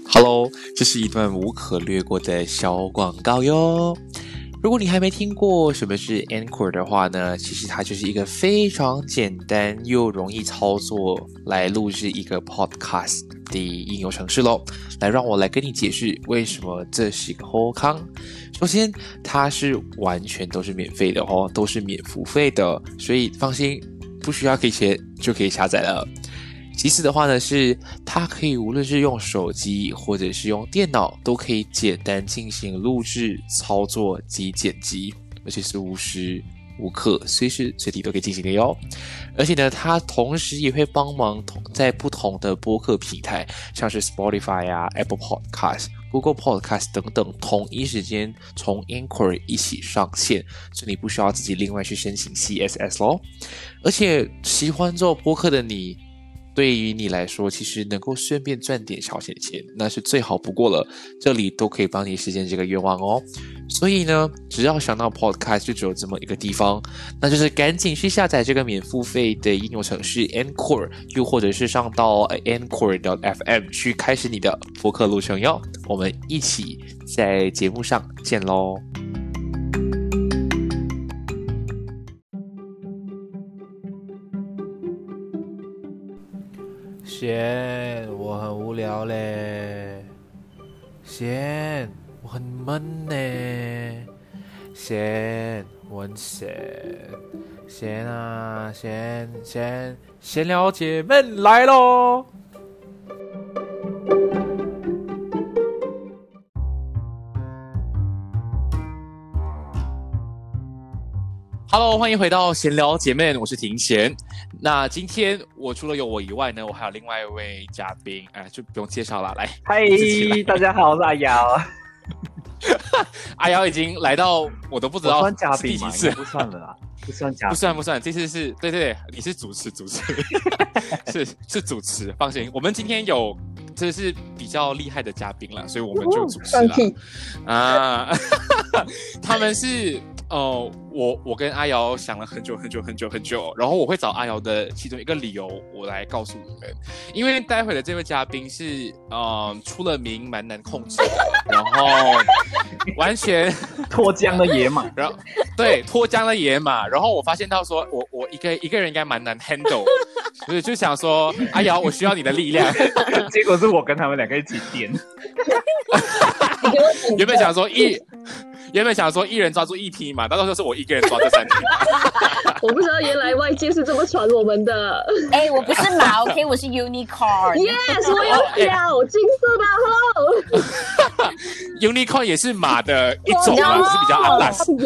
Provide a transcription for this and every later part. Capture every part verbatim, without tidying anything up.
Hello， 这是一段无可略过的小广告哟。如果你还没听过什么是 Anchor 的话呢，其实它就是一个非常简单又容易操作来录制一个 podcast 的应用程式咯。来，让我来跟你解释为什么这是一个好康。首先，它是完全都是免费的哦，都是免付费的，所以放心，不需要给钱就可以下载了。其次的话呢，是它可以无论是用手机或者是用电脑，都可以简单进行录制、操作及剪辑，而且是无时无刻、随时随地都可以进行的哟。而且呢，它同时也会帮忙在不同的播客平台，像是 Spotify 啊、Apple Podcast、Google Podcast 等等，同一时间从 Anchor 一起上线，所以你不需要自己另外去申请 C S S 咯。而且喜欢做播客的你，对于你来说，其实能够顺便赚点小钱钱，那是最好不过了。这里都可以帮你实现这个愿望哦。所以呢，只要想到 podcast 就只有这么一个地方，那就是赶紧去下载这个免付费的应用程式 Anchor， 又或者是上到 Anchor dot F M 去开始你的播客路程哟。我们一起在节目上见咯。 贤，我很无聊嘞。贤，我很闷呢。贤，我很闲。贤啊，贤贤，闲聊姐妹来咯。 Hello， 欢迎回到闲聊姐妹，我是庭贤。那今天我除了有我以外呢，我还有另外一位嘉宾，哎，就不用介绍了，来， 嗨，大家好，我是阿瑶。 阿瑶已经来到，我都不知道算嘉宾吗？ 第几次， 不算了啦，不算嘉宾， 不算不算，这次是对对对，你是主持主持，是是主持，放心，我们今天有这是比较厉害的嘉宾了，所以我们就主持了、哦、啊，他们是。呃，我我跟阿瑶想了很久很久很久很久，然后我会找阿瑶的其中一个理由，我来告诉你们，因为待会的这位嘉宾是呃出了名蛮难控制的，然后完全脱缰的野马， 然后对脱缰的野马，然后我发现到说我我一个一个人应该蛮难 handle， 所以就想说阿瑶，我需要你的力量， 结果是我跟他们两个一起颠， 原本想说一。原本想说一人抓住一匹马，到时候是我一个人抓这三匹马。 我不知道原来外界是这么传我们的。 哎、欸，我不是马 ，OK， 我是 unicorn。Yes， 我有表，金色的吼。 unicorn 也是马的一种嘛，只是比较阿拉斯。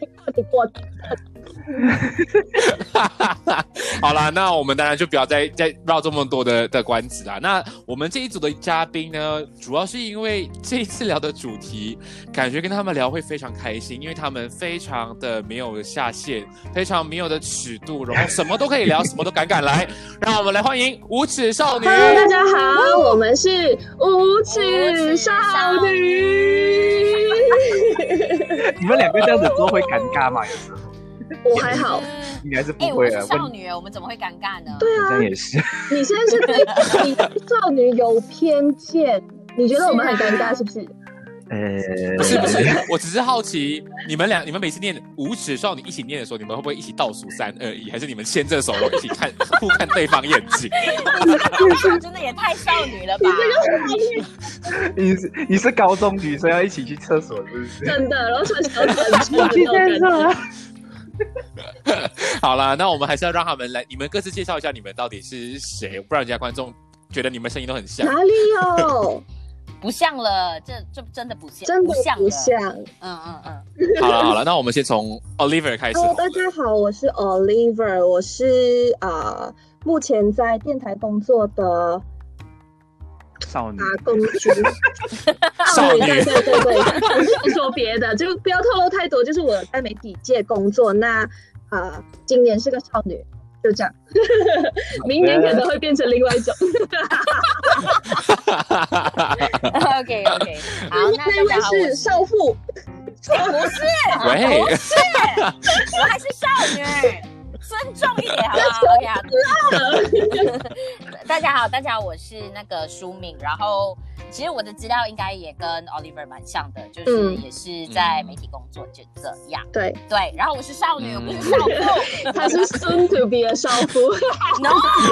好啦，那我们当然就不要再再绕这么多的的关子啦。那我们这一组的嘉宾呢，主要是因为这一次聊的主题，感觉跟他们聊会非常开心，因为他们非常的没有下限，非常没有的尺度，然后什么都可以聊，什么都敢敢来。让我们来欢迎无耻少女。 Hello， 大家好，我们是无耻少女。 你们两个这样子做会尴尬吗？有时候。 我还好， 你还是不会啊。 欸、我是少女，我们怎么会尴尬呢？ 对啊， 这样也是。 你现在是对你少女有偏见，你觉得我们很尴尬是不是？ 呃， 不是不是，我只是好奇，你们俩你们每次念无耻少女一起念的时候，你们会不会一起倒数三二一，还是你们牵着手然后一起看互看对方眼睛？ 真的也太少女了吧！ 你是你是高中女生要一起去厕所是不是？ 真的，然后穿小短裙的那种感觉。 好啦，那我们还是要让他们来，你们各自介绍一下你们到底是谁，不然人家观众觉得你们声音都很像。 哪里有？ 不像了，这这真的不像， 真的不像。 不像嗯嗯嗯。 好了好了，那我们先从 Oliver 开始。 Hello， 大家好，我是 Oliver， 我是呃目前在电台工作的少女打工族。少女，对对对对，不说别的，就不要透露太多。就是我在媒体界工作，那呃今年是个少女。就这样，明年可能会变成另外一种。 OK OK， 好，那那位是少妇， 不是， 喂， 不是，我还是少女。尊重一点好不好 ？OK， 好。大大家好，大家好，我是那个舒敏。然后其实我的资料应该也跟 Oliver 蛮像的，就是也是在媒体工作，就这样。 对对，然后我是少女，我不是少妇。 她是 soon to be 的少妇。 No。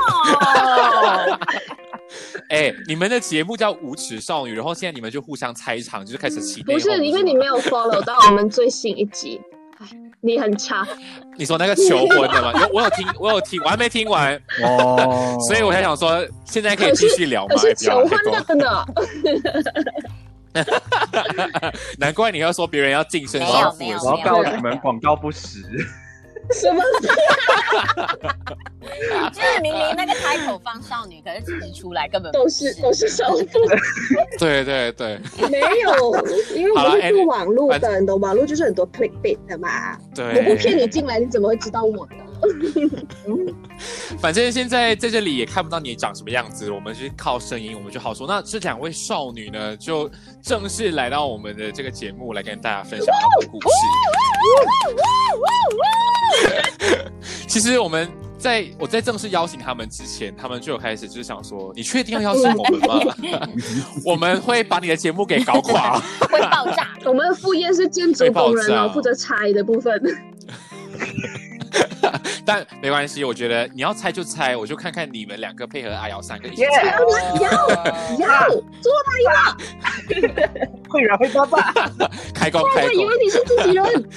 哎、欸，你们的节目叫无耻少女，然后现在你们就互相猜场，就是开始起内讧。 不是，因为你没有 follow 到我们最新一集，你很差。 你说那个求婚的吗？有，我有听，我有听，我还没听完哦，所以我才想说，现在可以继续聊吗？ 可是求婚的呢？ 难怪你要说别人要晋升少妇。 我要告诉你们，广告不实。 什么？ 就是明明那个开口放少女，可是自己出来根本都是都是少妇。 对对对， 没有，因为我是做网络的，你懂网络就是很多 clickbait 的嘛。 对， 我不骗你进来，你怎么会知道我的？ 反正现在在这里也看不到你长什么样子，我们是靠声音，我们就好说。那这两位少女呢，就正式来到我们的这个节目，来跟大家分享她们的故事。其实我们在我在正式邀请他们之前，他们就有开始就是想说，你确定要邀请我们吗？我们会把你的节目给搞垮， 会爆炸。 我们的副业是建筑工人哦，负责拆的部分。 但没关系，我觉得你要猜就猜，我就看看你们两个配合阿瑶三个一起猜。 要要做来了， 会员会爸爸开工开工， 以为你是自己人。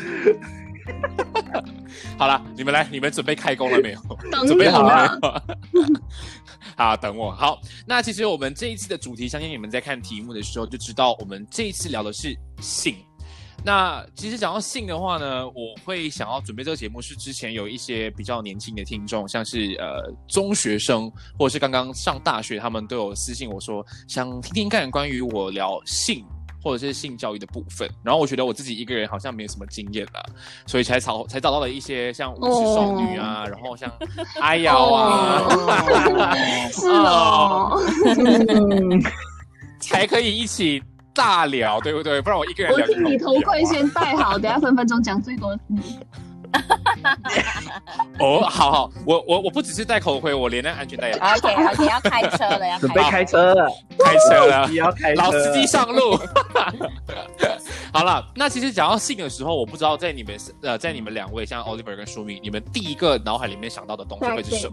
好了，你们来，你们准备开工了没有？ 等准备好了没有？好，等我。好，那其实我们这一次的主题，相信你们在看题目的时候就知道，我们这一次聊的是性。那其实讲到性的话呢，我会想要准备这个节目是之前有一些比较年轻的听众，像是呃中学生或者是刚刚上大学，他们都有私信我说想听听看关于我聊性或者是性教育的部分。然后我觉得我自己一个人好像没有什么经验啦，所以才找才找到了一些像无耻少女啊，哦、然后像阿瑶啊， 哦是哦， 嗯、才可以一起。大聊对不对？不然我一个人聊。 我替你头盔先戴好，等下分分钟讲最多是你。 哦，好好，我我我不只是戴头盔，我连那安全带也。 OK OK， 要开车了，要准备开车了， 开车了， 你要开车， 老司机上路。好了，那其实讲到性的时候，我不知道在你们呃，在你们两位像 Oliver 跟舒敏，你们第一个脑海里面想到的东西会是什么？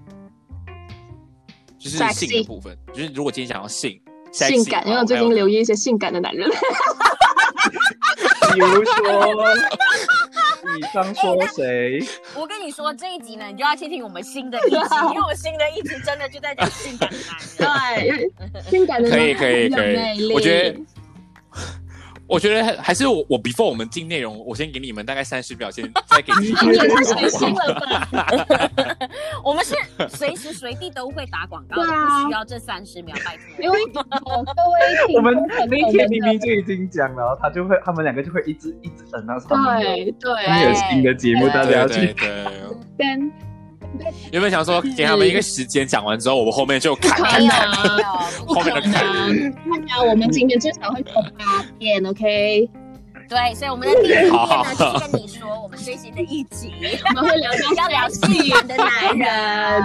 就是性的部分，就是如果今天想要性。 性感，因为我最近留意一些性感的男人。 比如说，以上说谁？ 我跟你说，这一集呢，你就要去听我们新的一集，因为我们新的一集真的就在讲性感的男人。 对，性感的男人可以可以可以，我觉得。我觉得还是我我 before 我们进内容，我先给你们大概三十秒，先再给你们。 也太随心了吧！ 我们是随时随地都会打广告， 对啊、 不需要这三十秒，拜托。 因为、哦、各位我们那天明明就已经讲了，他就会他们两个就会一直一直等到他们有对他们有新的节目，大家要去跟。 原本想说给他们一个时间讲完之后，我们后面就砍砍砍，后面的砍。 看啊，我们今天至少会做八遍 ，OK？ 对，所以我们的第一篇呢，就是跟你说，我们最新的一集， 我们会聊到要聊性感的男人。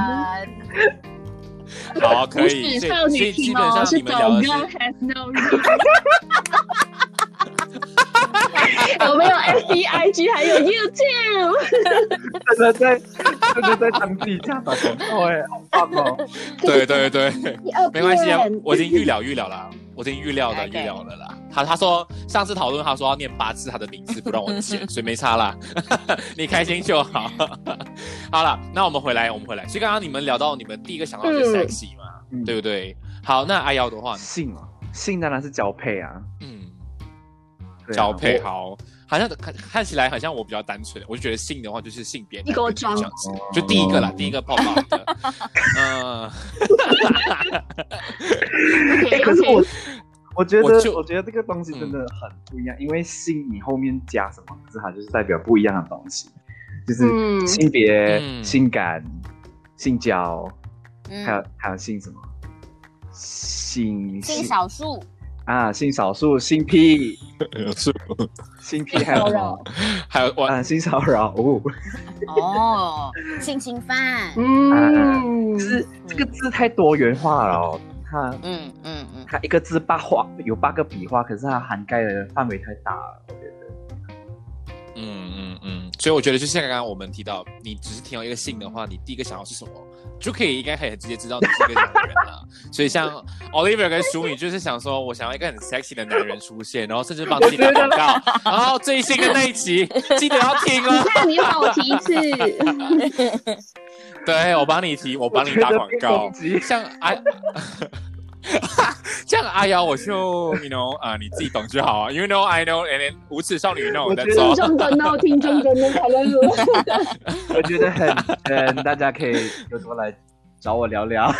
好，可以。所以基本上你们聊的是。 我们有 F B I G 还有 YouTube， 真的在真的在当自己家打广告哎，好棒哦！ 对对对，没关系啊，我已经预料预料了，我已经预料了预料了啦。他他说上次讨论他说要念八次他的名字不让我剪，所以没差啦，你开心就好。好了，那我们回来我们回来，所以刚刚你们聊到你们第一个想到的是 sexy 嘛，嗯、对不对？好，那阿瑶的话呢， 性性当然是交配啊，嗯。 交配好，好像看看起来好像我比较单纯，我就觉得性的话就是性别， 你给我装这样子，就第一个啦，哦、第一个泡泡的，嗯。 欸、可是我我觉得我, 我觉得这个东西真的很不一样，嗯、因为性你后面加什么，可是它就是代表不一样的东西，就是性别、嗯、性感、性交，嗯、还有还有性什么性性少数。 啊，性少数、性癖、性癖还有什么？ 还有啊，性骚扰哦， 哦，性侵犯， 嗯，就是这个字太多元化了哦，它嗯嗯嗯， 它一个字八画有八个笔画，可是它涵盖的范围太大了，我觉得。 嗯嗯嗯，所以我觉得就像刚刚我们提到，你只是听到一个姓的话，你第一个想到是什么，就可以应该可以很直接知道你是一个男人了。所以像 Oliver 跟淑敏就是想说，我想要一个很 sexy 的男人出现，然后甚至帮自己打广告。然后最新的那一集记得要听哦。 你看，你又帮我提一次。 对，我帮你提，我帮你打广告。像哎。这样阿瑶我就 you know 啊、uh, 你自己懂就好啊 you know I know and then 无耻少女 know 听众跟哦听众跟哦我觉得很很大家可以有多来找我聊聊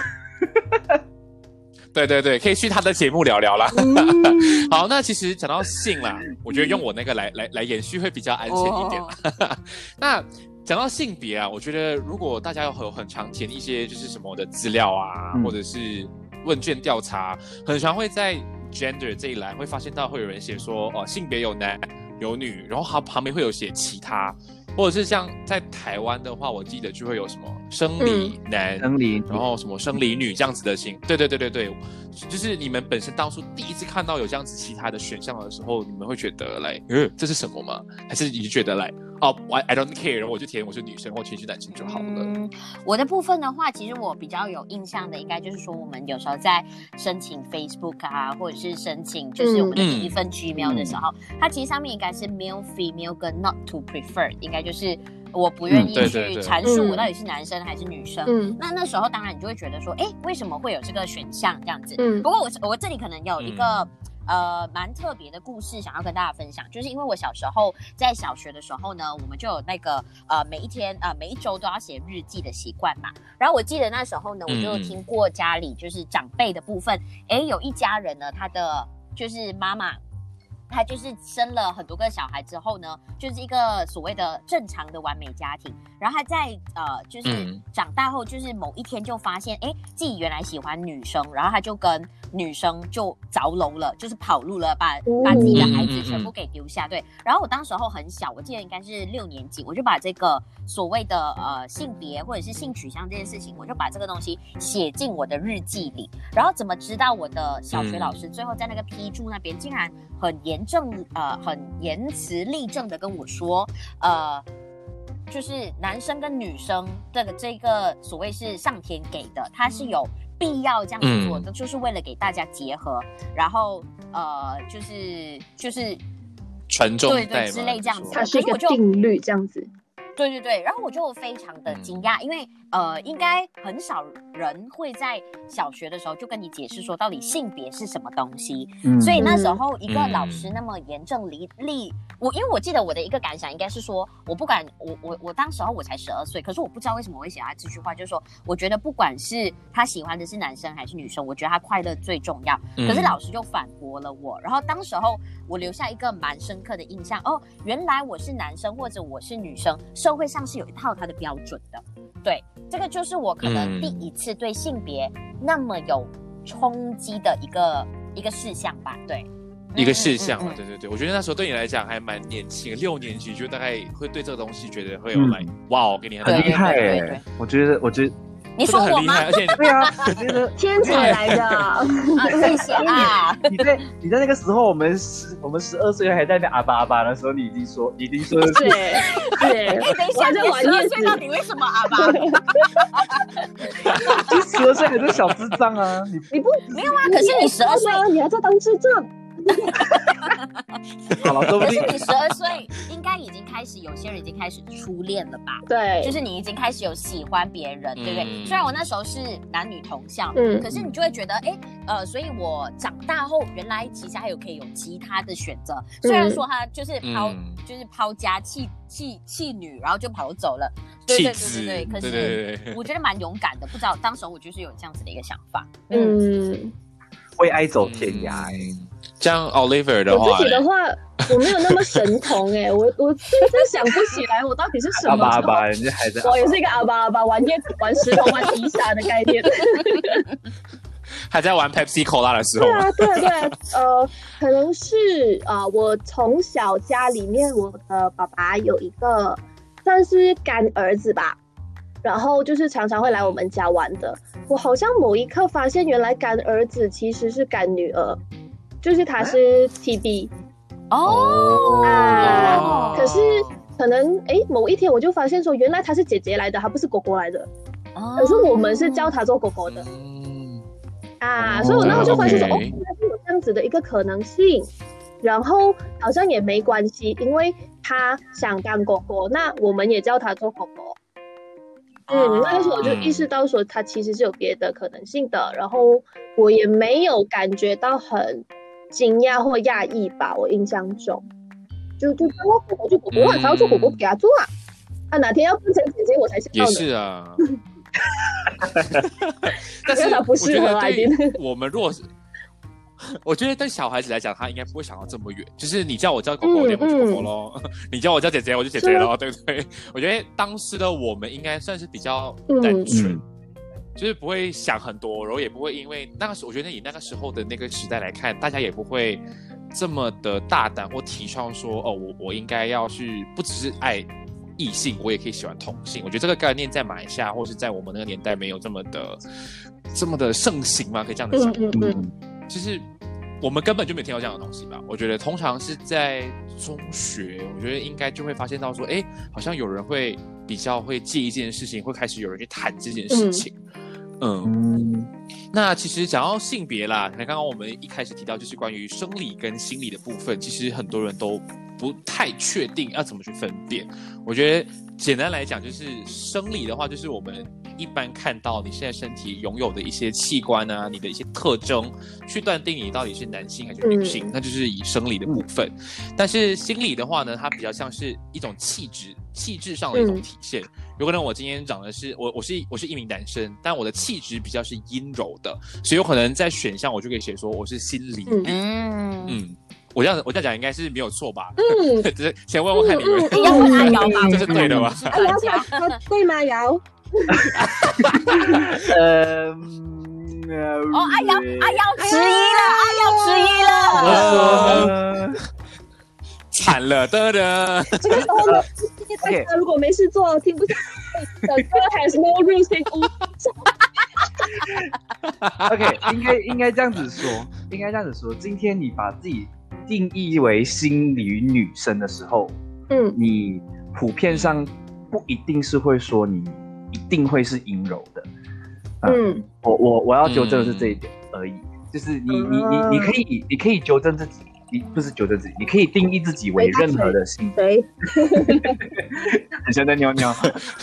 对对对，可以去他的节目聊聊啦、嗯、好，那其实讲到性啦，我觉得用我那个来来来延续会比较安全一点、哦、那讲到性别啊，我觉得如果大家有很常填一些就是什么的资料啊、嗯、或者是问卷调查，很常会在 gender 这一栏会发现到会有人写说，哦、呃，性别有男有女，然后它旁边会有写其他，或者是像在台湾的话，我记得就会有什么生理男、嗯、 生理， 然后什么生理女这样子的性。对对对对对，就是你们本身当初第一次看到有这样子其他的选项的时候，你们会觉得来，呃，这是什么吗？还是你就觉得来？哦、oh, ，I don't care， 然后我就填我是女生或填是男生就好了。 嗯，我的部分的话，其实我比较有印象的，应该就是说，我们有时候在申请 Facebook 啊，或者是申请就是我们的第一份 Gmail 的时候，嗯、它其实上面应该是 male、female 跟 not to prefer， 应该就是我不愿意去阐述我到底是男生还是女生。嗯，那那时候当然你就会觉得说，哎，为什么会有这个选项这样子？嗯，不过我我这里可能有一个。嗯呃，蛮特别的故事想要跟大家分享，就是因为我小时候在小学的时候呢，我们就有那个呃每一天呃每一周都要写日记的习惯嘛。然后我记得那时候呢，我就听过家里就是长辈的部分，哎，有一家人呢，他的就是妈妈。他就是生了很多个小孩之后呢，就是一个所谓的正常的完美家庭。然后他在呃，就是长大后，就是某一天就发现，哎，自己原来喜欢女生，然后他就跟女生就着楼了，就是跑路了，把把自己的孩子全部给丢下。对，然后我当时候很小，我记得应该是六年级，我就把这个所谓的呃性别或者是性取向这件事情，我就把这个东西写进我的日记里。然后怎么知道我的小学老师最后在那个批注那边竟然很严正呃很言辞立正的跟我说，呃，就是男生跟女生这个这个所谓是上天给的，它是有必要这样子做的，嗯、就是为了给大家结合，然后呃就是就是传宗对对之类这样子， 它是一个定律这样子。 对对对，然后我就非常的惊讶，因为呃，应该很少人会在小学的时候就跟你解释说到底性别是什么东西，嗯、所以那时候一个老师那么严正立立，我因为我记得我的一个感想应该是说，我不管我我我当时候我才十二岁，可是我不知道为什么我会写下这句话，就是说我觉得不管是他喜欢的是男生还是女生，我觉得他快乐最重要。嗯、可是老师就反驳了我，然后当时候我留下一个蛮深刻的印象，哦，原来我是男生或者我是女生。社会上是有一套它的标准的，对，这个就是我可能第一次对性别那么有冲击的一个、嗯、一个事项吧，对， 一个事项嘛，嗯嗯嗯、对对对，我觉得那时候对你来讲还蛮年轻，六年级就大概会对这个东西觉得会有来、嗯、哇，给你很厉害哎，我觉得，我觉得。 你说我吗？ 而且对啊，我觉得天才来的啊！ 谢谢啊！ 你在你在那个时候，我们十我们十二岁还在那阿巴阿巴的时候，你已经说已经说对对。 哎，等一下，这十二岁到底为什么阿巴？ 你十二岁还是小智障啊！你你不没有啊？可是你十二岁， 你还在当智障。 好了， 可是你十二岁应该已经开始，有些人已经开始初恋了吧？ 对， 就是你已经开始有喜欢别人，嗯、对不对？虽然我那时候是男女同校， 嗯， 可是你就会觉得，哎，呃，所以我长大后，原来其实还有可以有其他的选择。虽然说他就是抛，嗯、就是抛家弃弃弃女，然后就跑走了，对对对对对。可是对对对我觉得蛮勇敢的，不知道当时我就是有这样子的一个想法， 嗯， 嗯为爱走天涯、欸。 嗯像 Oliver 的话， 我自己的话，我没有那么神童哎、欸，我我真的想不起来我到底是什么。 阿巴阿巴，人家还在。 我也是一个阿巴阿巴，玩夜玩石头玩披萨的概念。 还在玩 Pepsi Cola 的时候。 对啊，对啊，对啊，呃，可能是啊、呃，我从小家里面，我的爸爸有一个算是干儿子吧。 然后就是常常会来我们家玩的。我好像某一刻发现，原来干儿子其实是干女儿，就是他是 T B 哦啊，可是可能哎某一天我就发现说，原来他是姐姐来的，他不是狗狗来的，哦、可是我们是叫他做狗狗的。啊，所以我那时候就发现说，哦，原来是有这样子的一个可能性，然后好像也没关系，因为他想当狗狗，那我们也叫他做狗狗。嗯，那个时候我就意识到说，他其实是有别的可能性的，然后我也没有感觉到很惊讶或讶异吧，我印象中，就就当狗狗就狗狗啊，他要做狗狗给他做啊，啊哪天要变成姐姐我才想到也是啊。 但是他不适合啊， 我们若是，我觉得对小孩子来讲，他应该不会想到这么远。就是你叫我叫狗狗，我就狗狗咯；嗯嗯、你叫我叫姐姐，我就姐姐咯，对不对？我觉得当时的我们应该算是比较单纯，嗯、就是不会想很多，然后也不会因为那个时候，我觉得以那个时候的那个时代来看，大家也不会这么的大胆或提倡说，哦，我我应该要去不只是爱异性，我也可以喜欢同性。我觉得这个概念在马来西亚或是在我们那个年代没有这么的这么的盛行嘛，可以这样子讲。嗯嗯嗯，就是我们根本就没有听到这样的东西吧。我觉得通常是在中学，我觉得应该就会发现到说，哎，好像有人会比较会介意这件事情，会开始有人去谈这件事情。嗯, 嗯那其实讲到性别啦，刚刚我们一开始提到就是关于生理跟心理的部分，其实很多人都不太确定要怎么去分辨。我觉得简单来讲，就是生理的话，就是我们一般看到你现在身体拥有的一些器官啊，你的一些特征，去断定你到底是男性还是女性，嗯、那就是以生理的部分。但是心理的话呢，它比较像是一种气质，气质上的一种体现。嗯、有可能我今天长的是我我是我是一名男生，但我的气质比较是阴柔的，所以有可能在选项我就可以写说我是心理。嗯嗯。我这样我这样讲应该是没有错吧？嗯，只是先问问看你们， 你要问阿瑶吧， 这是对的吧？ 阿瑶他对吗？瑶？ 呃， 哦，阿瑶阿瑶迟疑了，阿瑶迟疑了， 惨了的的。 这个时候呢，大家如果没事做，听不下去的歌 has no rules in OK， 应该应该这样子说，应该这样子说，今天你把自己定义为心理女生的时候，嗯，你普遍上不一定是会说你一定会是阴柔的，啊、嗯，我我我要纠正的是这一点而已，嗯、就是你你你你可以你可以纠正自己，你不是纠正自己，你可以定义自己为任何的性，对，很像在尿尿，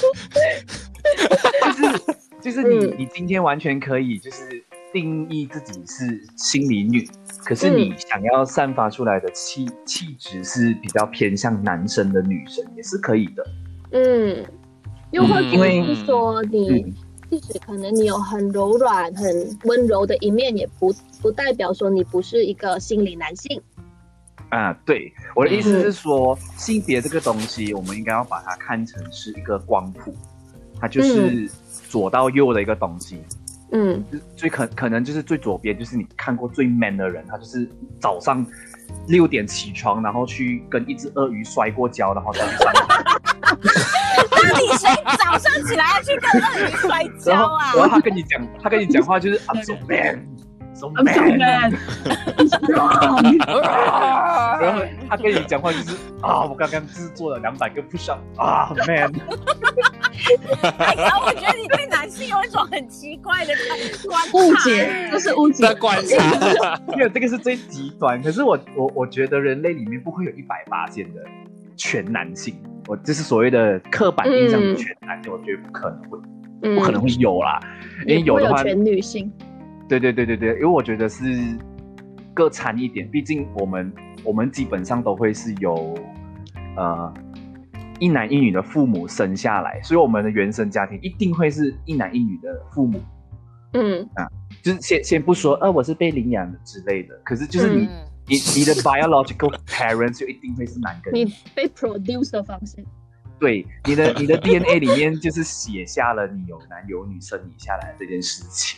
就是就是你、嗯、你今天完全可以就是。定义自己是心理女，可是你想要散发出来的气气质是比较偏向男生的女生，也是可以的。 嗯，又或者是说你即使可能你有很柔软、很温柔的一面，也不不代表说你不是一个心理男性。 啊，对，我的意思是说，嗯、性别这个东西，我们应该要把它看成是一个光谱，它就是左到右的一个东西。嗯，最可可能就是最左边，就是你看过最 man 的人，他就是早上六点起床，然后去跟一只鳄鱼摔过跤，然后再去上班。 那你谁早上起来要去跟鳄鱼摔跤啊？ 然后他跟你讲，他跟你讲话就是 I'm so man。So man， 然后他跟你讲话就是啊，我刚刚就是做了两百个 push up 啊 ，man。 哎呀，我觉得你对男性有一种很奇怪的观察， 误解，这是误解的观察。 没有，这个是最极端。可是我我我觉得人类里面不会有一百八千的全男性，我就是所谓的刻板印象的全男性，嗯、我觉得不可能会，嗯、不可能会有啦。因为有的话， 有全女性。 对对对对对，因为我觉得是各掺一点，毕竟我们我们基本上都会是由呃一男一女的父母生下来，所以我们的原生家庭一定会是一男一女的父母。嗯啊，就是先先不说，呃，我是被领养的之类的，可是就是你、嗯、你你的 biological parents 就一定会是男跟女， 你被 produce 的方式。 对，你的你的 D N A 里面就是写下了你有男有女生你下来的这件事情。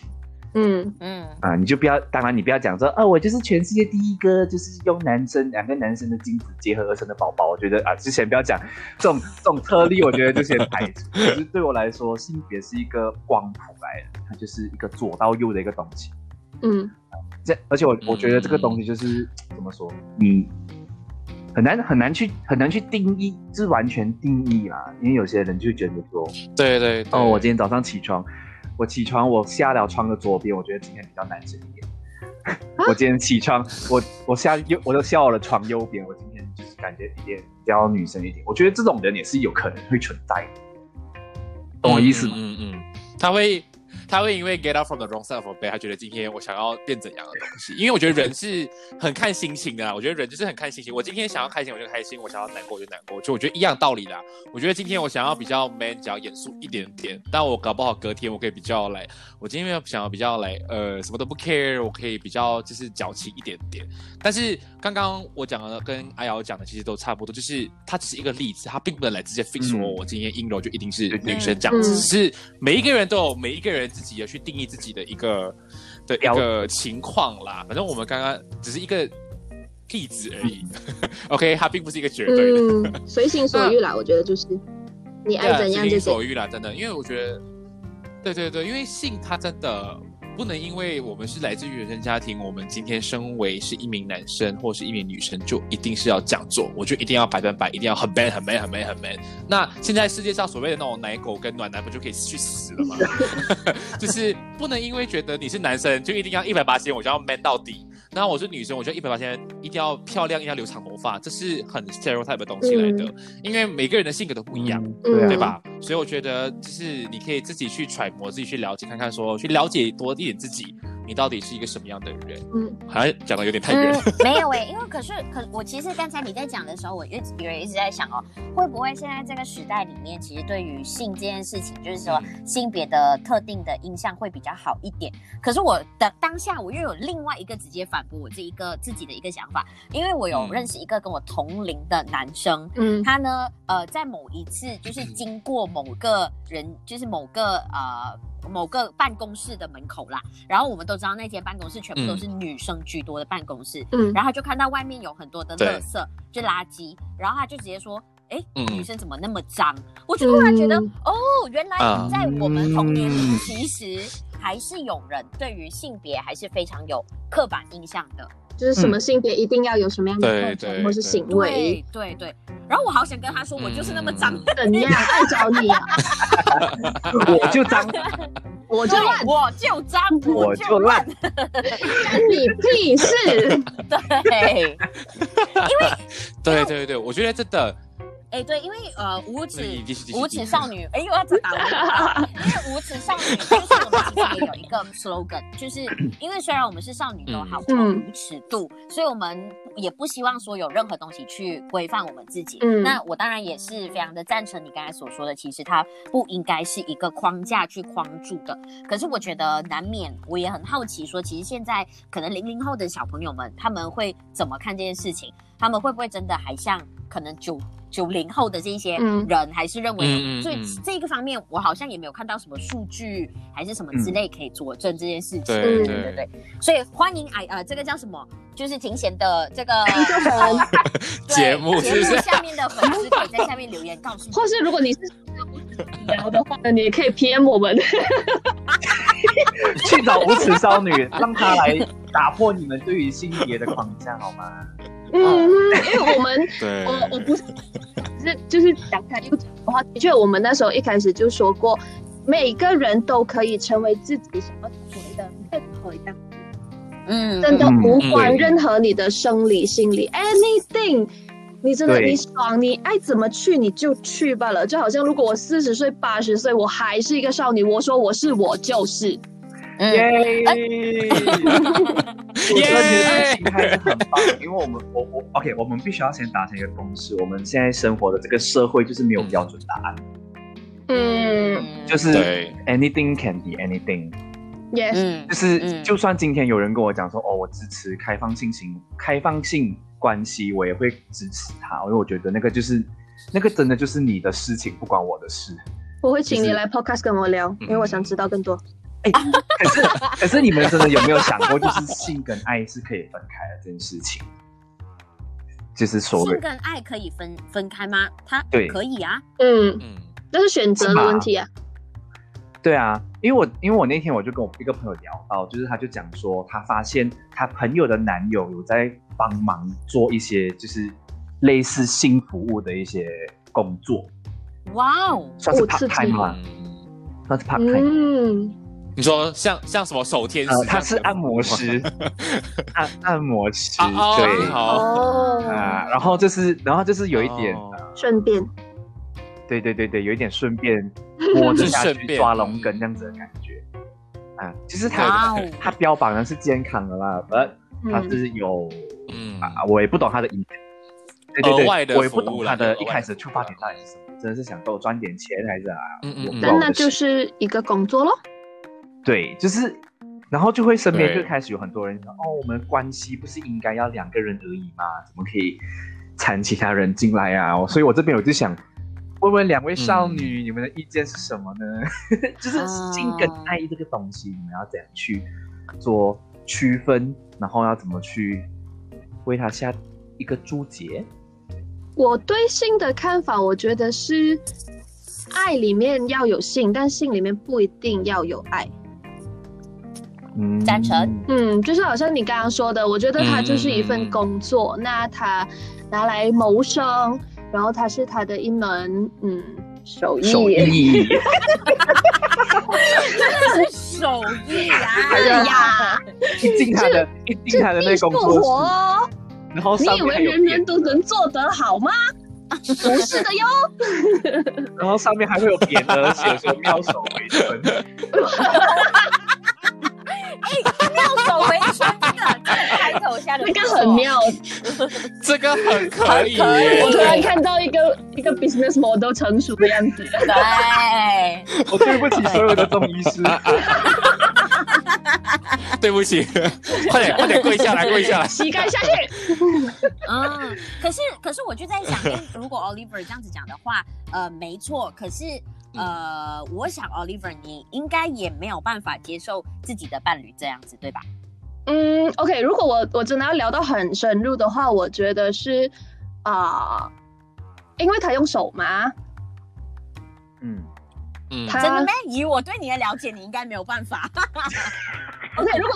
嗯嗯啊，你就不要，当然你不要讲说，哦，我就是全世界第一个，就是用男生两个男生的精子结合而成的宝宝。我觉得啊，之前不要讲这种这种特例，我觉得就先排除。其实对我来说，性别是一个光谱来的，它就是一个左到右的一个东西。 嗯， 这而且我我觉得这个东西就是怎么说，你很难很难去很难去定义，就是完全定义啦。因为有些人就觉得说， 对对对哦，我今天早上起床。我起床，我下了床的左边，我觉得今天比较男生一点。啊、我今天起床，我我下右，我就下我的床右边，我今天就是感觉一点比较女生一点。我觉得这种人也是有可能会存在的，懂我意思吗？ 嗯嗯嗯，他会他会因为 get out from the wrong side of a bed， 他觉得今天我想要变怎样的东西。因为我觉得人是很看心情的啦，我觉得人就是很看心情。我今天想要开心我就开心，我想要难过我就难过，就我觉得一样道理啦。我觉得今天我想要比较 man， 比较严肃一点点，但我搞不好隔天我可以比较来，我今天想要比较来呃什么都不 care， 我可以比较就是矫情一点点。但是刚刚我讲的跟阿瑶讲的其实都差不多，就是它只是一个例子，它并不能来直接 fix 说、嗯、我今天阴柔就一定是女生这样子，只、嗯、是每一个人都有每一个人自己的去定义自己的一个的一个情况啦。反正我们刚刚只是一个例子而已OK， 它并不是一个绝对的， 嗯，随心所欲啦。我觉得就是你爱怎样就随心所欲啦，真的。因为我觉得对对对，因为性它真的不能因为我们是来自于原生家庭，我们今天身为是一名男生或是一名女生，就一定是要这样做，我就一定要百分百，一定要很 man 很 man 很 man 很 man。那现在世界上所谓的那种奶狗跟暖男不就可以去死了吗？就是不能因为觉得你是男生就一定要一百八十天我就要 man 到底，然后我是女生我就一百八十天一定要漂亮，一定要留长头发，这是很 stereotype 的东西来的、嗯、因为每个人的性格都不一样、嗯、对吧？所以我觉得就是你可以自己去揣摩，自己去了解看看说，去了解多一点自己，你到底是一个什么样的人。嗯，好像讲的有点太远了、 嗯、没有诶、欸，因为可是可我其实刚才你在讲的时候，我一直一直在想哦，会不会现在这个时代里面，其实对于性这件事情，就是说性别的特定的印象会比较好一点。可是我的当下我又有另外一个直接反驳我这一个自己的一个想法，因为我有认识一个跟我同龄的男生，嗯，他呢呃在某一次就是经过某个人，就是某个呃。某个办公室的门口啦，然后我们都知道那间办公室全部都是女生居多的办公室，嗯，然后他就看到外面有很多的垃圾，就垃圾，然后他就直接说，哎、嗯，女生怎么那么脏？我就突然觉得，嗯、哦，原来在我们童年里，其实还是有人对于性别还是非常有刻板印象的。 就是什么性别一定要有什么样的特征或是行为， 对 对, 对, 对。然后我好想跟他说，我就是那么脏， 怎样爱找你啊？ 我就脏， 我就烂，我就脏， 我就烂， 干你屁事！ 对，因为对对对，我觉得真的。 哎、欸，对，因为呃，无耻无耻少女，哎、欸，又要再打我，因为无耻少女就是我们其实也有一个 slogan， 就是因为虽然我们是少女都好，我们无尺度，所以我们也不希望说有任何东西去规范我们自己。嗯，那我当然也是非常的赞成你刚才所说的，其实它不应该是一个框架去框住的。可是我觉得难免，我也很好奇说，其实现在可能零零后的小朋友们，他们会怎么看这件事情？他们会不会真的还像可能九九零后的这些人还是认为、嗯、所以这个方面我好像也没有看到什么数据还是什么之类可以佐证这件事情。 对对对, 对, 对，所以欢迎哎呃这个叫什么，就是庭贤的这个节目节目下面的粉丝可以在下面留言告诉你， 或是如果你是聊的话呢，你也可以 P M 我们去找无耻少女，让她来打破你们对于性别的框架好吗？ 嗯，因为我们我我不是是就是讲开又讲的话，的确我们那时候一开始就说过，每个人都可以成为自己想要成为的任何样子，嗯，真的无关任何你的生理、心理 anything。你真的你爽，你爱怎么去你就去罢了。就好像如果我四十岁、八十岁，我还是一个少女，我说我是我就是。 耶！我觉得其实心态是很棒，因为我们我我 OK， 我们必须要先达成一个共识，我们现在生活的这个社会就是没有标准答案。嗯，就是 anything can be anything。Yes， 就是、嗯、就算今天有人跟我讲说，哦，我支持开放性行开放性关系，我也会支持他，因为我觉得那个就是那个真的就是你的事情，不关我的事。 我会请你来 podcast 跟我聊，嗯、因为我想知道更多。 哎、欸，可是可是你们真的有没有想过，就是性跟爱是可以分开的这件事情？就是所谓性跟爱可以分分开吗？它对可以啊。 嗯嗯，这是选择的问题啊。 对啊，因为我因为我那天我就跟我一个朋友聊到，就是他就讲说，他发现他朋友的男友有在帮忙做一些就是类似性服务的一些工作。 哇哦， 算是 part time 吗？算是 part time。嗯， 你说像像什么手天使？呃、 他是按摩师，按按摩师，啊、对， 哦啊，然后就是然后就是有一点顺、哦、便。 对对对对，有一点顺便摸着下去抓龙根这样子的感觉啊。其实他、wow. 他标榜的是健康的啦，而他是有嗯啊，我也不懂他的意思。对对对，我也不懂他的一开始出发点到底是什么，真的是想多赚点钱还是啊？ 嗯嗯，但那就是一个工作咯。 对，就是，然后就会身边就开始有很多人说，哦，我们关系不是应该要两个人而已吗？怎么可以掺其他人进来啊？所以我这边我就想问问两位少女，嗯、你们的意见是什么呢？就是性跟爱这个东西，你们要怎样去做区分，然后要怎么去为它下一个注解？ 我对性的看法，我觉得是爱里面要有性，但性里面不一定要有爱。 嗯，赞成。 嗯，就是好像你刚刚说的，我觉得它就是一份工作，嗯、那他拿来谋生，然后它是他的一门嗯手艺。 手艺， 真的是手艺啊！ 哎呀，一进他的一进他的那工作室。然后你以为人人都能做得好吗？不是的哟。 然后上面还会有匾额，写说妙手回春。 哎，妙手回春这个这个开头下的这个很妙， 这个很可以。 我突然看到一个一个 business model 成熟的样子。 对， 我对不起所有的中医师。 对不起，快点快点跪下来跪下来， 膝盖下去。 嗯，可是可是我就在想，如果 Oliver 这样子讲的话，呃，没错。可是呃，我想 Oliver 你应该也没有办法接受自己的伴侣这样子，对吧？ 嗯 ，OK， 如果我我真的要聊到很深入的话，我觉得是啊、呃，因为他用手嘛， 嗯。 嗯，真的吗？以我对你的了解，你应该没有办法。 OK， 如果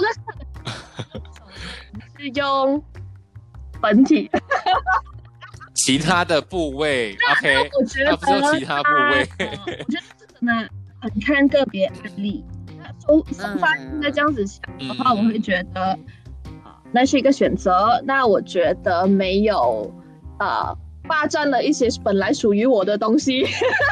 是用本体， 其他的部位 ，OK， 我觉得不是其他部位， 我觉得这真的很看个别案例。从从发现在这样子想的话，嗯、我会觉得那是一个选择。那我觉得没有呃霸占了一些本来属于我的东西。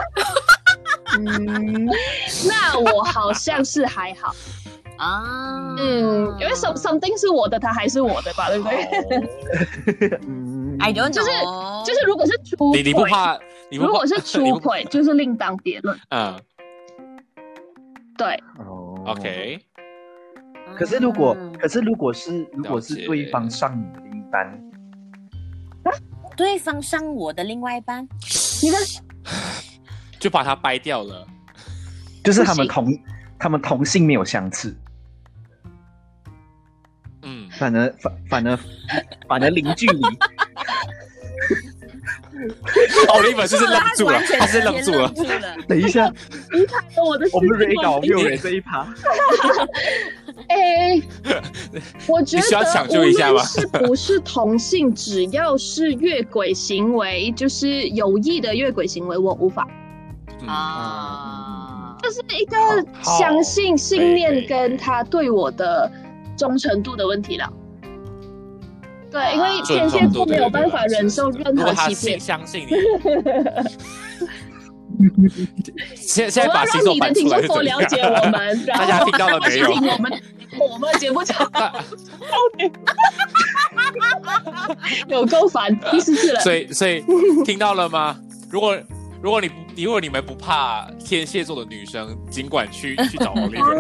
嗯，那我好像是还好啊，嗯，因为 something 是我的，它还是我的吧，对不对？ 嗯 ，I don't know， 就是就是，如果是出轨， 你你不怕？你不怕如果是出轨，就是另当别论。 嗯， 对。 哦 ，OK。 可是如果，可是如果是如果是对方上你的另一半， 对方上我的另外一半， 你的。 就把它掰掉了， 就是他们同他们同性没有相似， 嗯， 反而反反而反而零距离。 Oliver 是不是愣住了？他是愣住了。 等一下， 我的我们 Ray 搞没有人这一趴。 哎，我觉得你需要抢救一下吗？ 是不是同性，只要是越轨行为，就是有意的越轨行为，我无法。啊，这是一个相信信念跟他对我的忠诚度的问题了。对，因为天蝎座没有办法忍受任何欺骗。 相信你。现在把星座搬出来是怎样？ 了解我们， 大家听到了没有？ 听我们我们节目讲，有够烦，第四次了。 所以所以听到了吗？如果如果你如果你们不怕天蝎座的女生，尽管去去找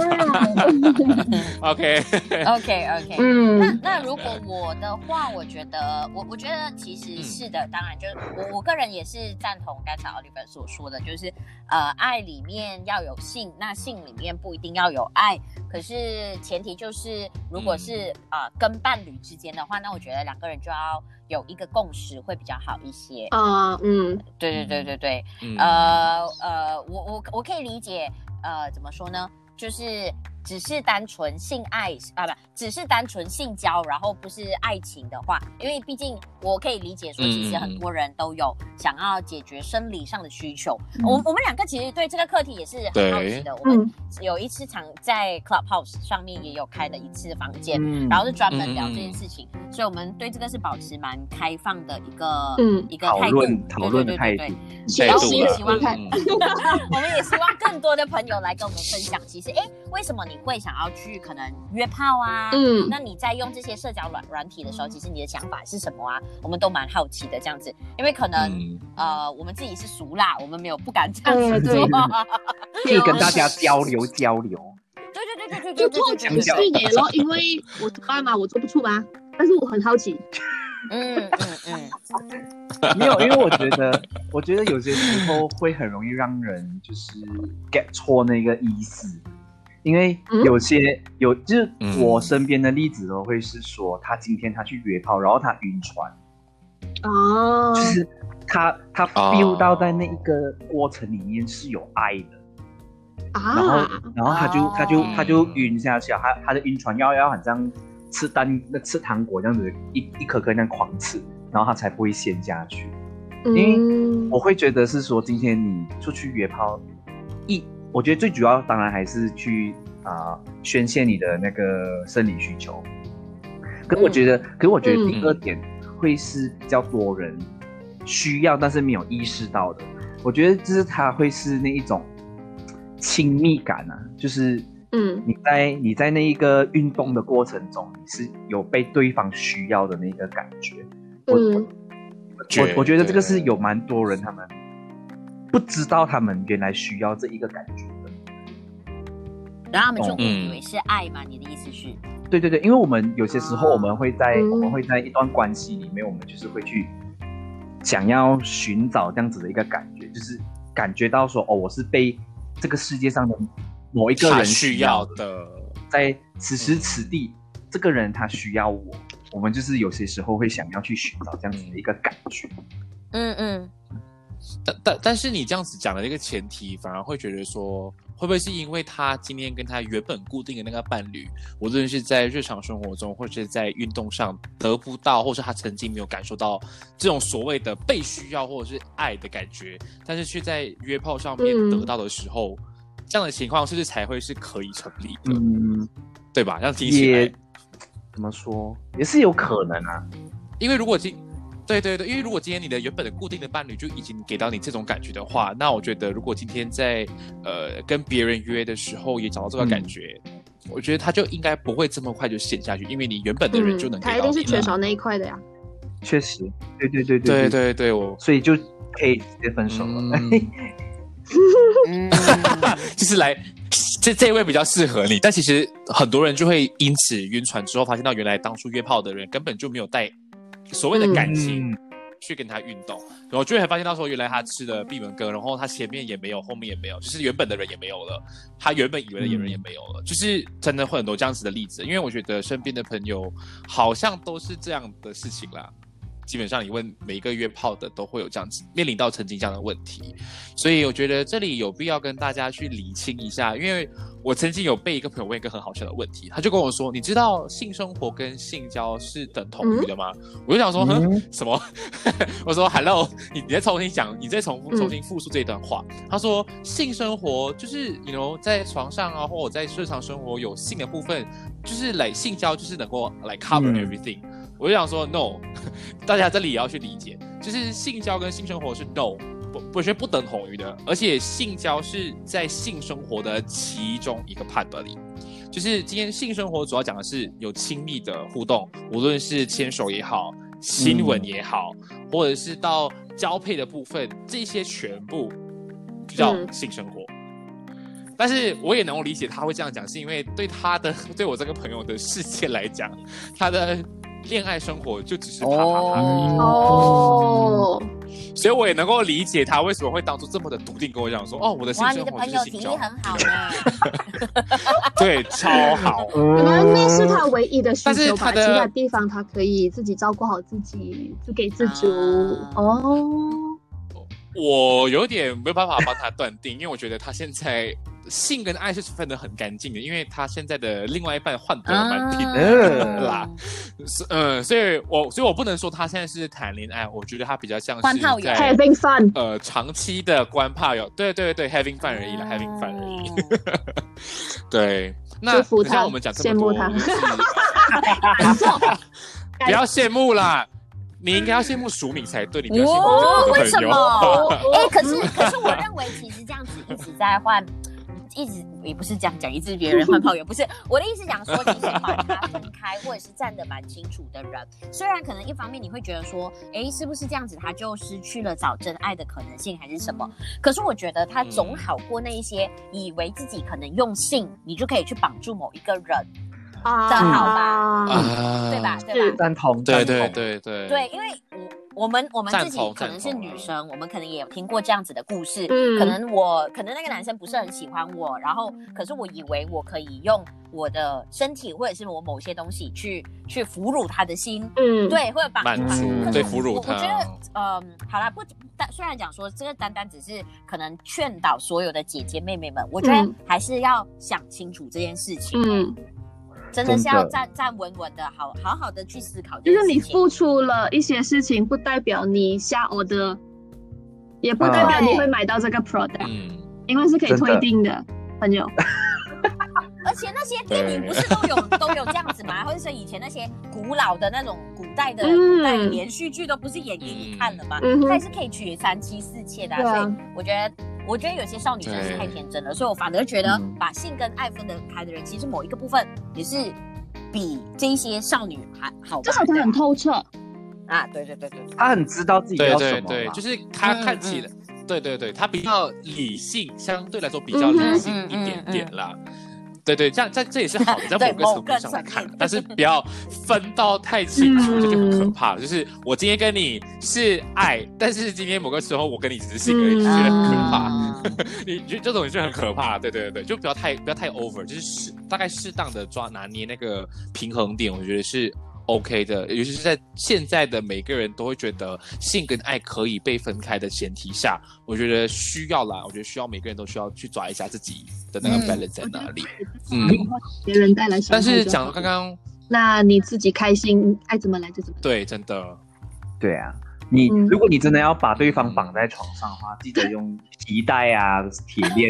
Oliver。OK OK OK， 嗯，那那如果我的话，我觉得我我觉得其实是的，嗯、当然就是我我个人也是赞同刚才 Oliver 所说的，就是呃，爱里面要有性，那性里面不一定要有爱，可是前提就是如果是、嗯、呃跟伴侣之间的话，那我觉得两个人就要有一个共识会比较好一些啊，嗯， 对对对对对，嗯、呃呃，我我我可以理解，呃，怎么说呢？就是只是单纯性爱啊，不，只是单纯性交，然后不是爱情的话，因为毕竟我可以理解说，其实很多人都有想要解决生理上的需求。嗯、我我们两个其实对这个课题也是很好奇的。我们有一次场在 Clubhouse 上面也有开了一次房间，嗯、然后是专门聊这件事情，嗯、所以我们对这个是保持蛮开放的一个、嗯、一个态度， 讨论的态度。 然后我们也希望看，我们也希望更多的朋友来跟我们分享，其实哎，为什么你会想要去可能约炮啊？嗯，那你在用这些社交软软体的时候，其实你的想法是什么啊？我们都蛮好奇的这样子，因为可能、嗯、呃，我们自己是熟啦，我们没有不敢这样子做， 可以跟大家交流交流。 对对对对对， 就拓展视野咯，因为我爸妈我做不出吧，但是我很好奇。 嗯嗯嗯， 没有，因为我觉得，我觉得有些时候会很容易让人就是 get 错那个意思，因为有些、嗯、有就是我身边的例子都会是说，他今天他去约炮，然后他晕船，哦，就是他他 feel 到在那一个过程里面是有爱的，啊、然后然后他就、啊、他就他就晕下去，他他的晕船药要好像吃丹吃糖果这样子一一颗颗那样狂吃，然后他才不会陷下去。因为我会觉得是说，今天你出去约炮，一我觉得最主要当然还是去啊、呃、宣泄你的那个生理需求。可是我觉得，嗯、可是我觉得第二点会是比较多人需要但是没有意识到的。我觉得就是它会是那一种亲密感啊，就是。嗯，你在你在那一个运动的过程中，你是有被对方需要的那个感觉。我、嗯、我我觉得这个是有蛮多人他们不知道他们原来需要这一个感觉的， 然后他们就以为是爱嘛？嗯、你的意思是？ 对对对，因为我们有些时候我们会在、嗯、我们会在一段关系里面，我们就是会去想要寻找这样子的一个感觉，就是感觉到说哦，我是被这个世界上的。某一个人需要的，在此时此地，嗯、这个人他需要我，我们就是有些时候会想要去寻找这样子的一个感觉。 嗯嗯。 但但但是你这样子讲的一个前提，反而会觉得说，会不会是因为他今天跟他原本固定的那个伴侣，无论是在日常生活中，或者是在运动上得不到，或是他曾经没有感受到这种所谓的被需要或者是爱的感觉，但是却在约炮上面得到的时候。嗯这样的情况是不是才会是可以成立的？嗯，对吧？这样听起来怎么说也是有可能啊。 因为如果今对对对，因为如果今天你的原本的固定的伴侣就已经给到你这种感觉的话，那我觉得如果今天在呃跟别人约的时候也找到这个感觉，嗯、我觉得他就应该不会这么快就陷下去，因为你原本的人就能给到你了。 他一定是缺少那一块的呀。 确实，对对对对对对对，我所以就可以直接分手了。嗯就是来这这一位比较适合你，但其实很多人就会因此晕船之后，发现到原来当初约炮的人根本就没有带所谓的感情去跟他运动，嗯、然后就会发现到说，原来他吃了闭门羹，然后他前面也没有，后面也没有，就是原本的人也没有了，他原本以为的人也没有了，嗯、就是真的会很多这样子的例子。因为我觉得身边的朋友好像都是这样的事情啦。基本上你问每一个约炮的都会有这样子面临到曾经这样的问题，所以我觉得这里有必要跟大家去理清一下。因为我曾经有被一个朋友问一个很好笑的问题，他就跟我说，你知道性生活跟性交是等同于的吗？嗯、我就想说，嗯，什么？我说 hello， 你你再重新讲，你再重重新复述这段话。嗯、他说性生活就是 you know 在床上啊，或者在日常生活有性的部分，就是来性交就是能够来 cover everything。嗯我就想说 no， 大家这里也要去理解，就是性交跟性生活是 no， 不不是不等同于的，而且性交是在性生活的其中一个 part 而已。就是今天性生活主要讲的是有亲密的互动，无论是牵手也好，亲吻也好，嗯、或者是到交配的部分，这些全部就叫性生活。嗯、但是我也能够理解他会这样讲，是因为对他的对我这个朋友的世界来讲，他的恋爱生活就只是啪啪啪而已。 哦。 所以我也能够理解他为什么会当初这么的笃定跟我讲说，哦，我的性生活就是性交。 哇，你的朋友体力很好呢。 对，超好。 可能那是他唯一的需求吧， 其他地方他可以自己照顾好自己，自给自足。啊、哦。 我有点没有办法帮他断定，因为我觉得他现在性跟爱是分得很干净的，因为他现在的另外一半换得蛮频的啦。嗯、呃，所以我所以我不能说他现在是谈恋爱，我觉得他比较像是在 having fun， 呃，长期的官炮友，对对对 ，having fun 而已啦、嗯、，having fun 而已。对，那像我们讲这么多， 羡慕他，不要羡慕啦。你应该要羡慕淑敏才对，你不要羡慕我的朋友。 为什么？哎、欸，可是可是我认为，其实这样子一直在换，一直也不是这样讲，一直别人换炮友，不是我的意思讲说，其实把它分开或者是站得蛮清楚的人，虽然可能一方面你会觉得说，哎、欸，是不是这样子他就失去了找真爱的可能性，还是什么？可是我觉得他总好过那一些以为自己可能用性你就可以去绑住某一个人。啊，这好吧、啊，对吧？对吧？ 赞同， 对对对对对，因为我我们我们自己可能是女生，我们可能也有听过这样子的故事。嗯，可能我可能那个男生不是很喜欢我，然后可是我以为我可以用我的身体或者是我某些东西去去俘虏他的心，嗯，对，或者绑住他， 对，俘虏他。 我觉得，嗯，好啦，不，但虽然讲说这个单单只是可能劝导所有的姐姐妹妹们，我觉得还是要想清楚这件事情。嗯。真的是要站站稳稳的，好好好的去思考。 就是你付出了一些事情，不代表你下 order， 也不代表你会买到这个 product，、嗯、因为是可以退订的，朋友。 而且那些电影不是都有都有这样子吗？或者是以前那些古老的那种古代的、嗯、古代连续剧都不是演给你看了吗？嗯、它也是可以娶三妻四妾的、啊啊，所以我觉得。我觉得有些少女真的是太天真了，所以我反而觉得把性跟爱分得开的人，其实某一个部分也是比这一些少女还好吧。 至少她很透彻啊，对对对对， 她很知道自己要什么， 对对对，就是她看起来，嗯嗯、对对对，她比较理性，相对来说比较理性一点点啦。嗯嗯嗯嗯对对，这样这这也是好的，在某个层面上来看，但是不要分到太清楚，这就很可怕了。就是我今天跟你是爱，但是今天某个时候我跟你只是性而已，就觉得很可怕。你觉得这种就很可怕，对对对，就不要太不要太 over， 就是适大概适当的抓拿捏那个平衡点，我觉得是 OK 的。尤其是在现在的每个人都会觉得性跟爱可以被分开的前提下，我觉得需要啦，我觉得需要每个人都需要去抓一下自己的那个 balance 在哪里。 嗯，别人带来伤害。 但是讲刚刚， 那你自己开心，爱怎么来就怎么来。 对，真的。 对啊，你、嗯、如果你真的要把对方绑在床上的话，记得用皮带啊、铁链、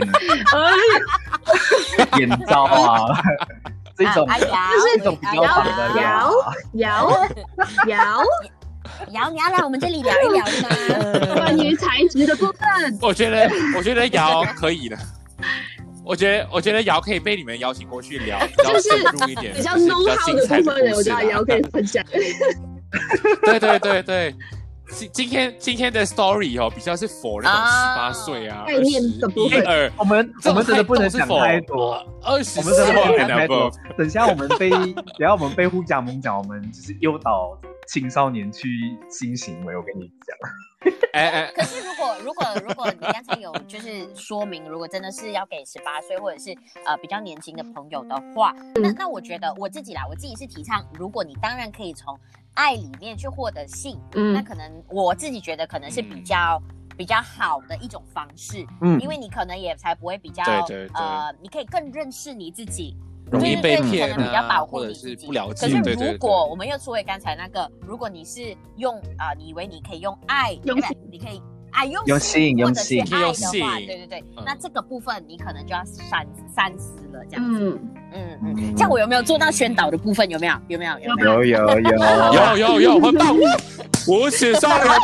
眼罩啊。这种、啊、就是一种比较绑的摇摇摇摇，你要来我们这里聊一聊吗？ 关于材质的部分， 我觉得我觉得摇可以的。我觉得我觉得瑶可以被你们邀请过去聊， 就是比较 know how 的部分，我觉得瑶可以分享。 对对对对。今今天今天的 story 哦，比较是 for 那种十八岁啊， 概念的部分。 我们我们真的不能讲太多， 二十， 我们真的不能讲太多。等一下我们被，等一下我们被互加盟讲，我们就是诱导青少年去性行为。我跟你讲， 哎哎。可是如果如果如果你刚才有就是说明，如果真的是要给十八岁或者是呃比较年轻的朋友的话，那那我觉得我自己啦，我自己是提倡，如果你当然可以从爱里面去获得性，嗯，那可能我自己觉得可能是比较、嗯、比较好的一种方式，嗯，因为你可能也才不会比较，对对对，呃，你可以更认识你自己， 容易被骗、啊， 可能比较保护你自己， 不了解。 可是如果我们又说回刚才那个，如果你是用啊、呃，你以为你可以用爱， 用你可以。啊，用用性或者是爱的话， 对对对、嗯，那这个部分你可能就要三三思了，这样子。嗯嗯嗯，这样我有没有做到宣导的部分？有没有？有没有？有没有？有有有有有有，很棒！我写上了，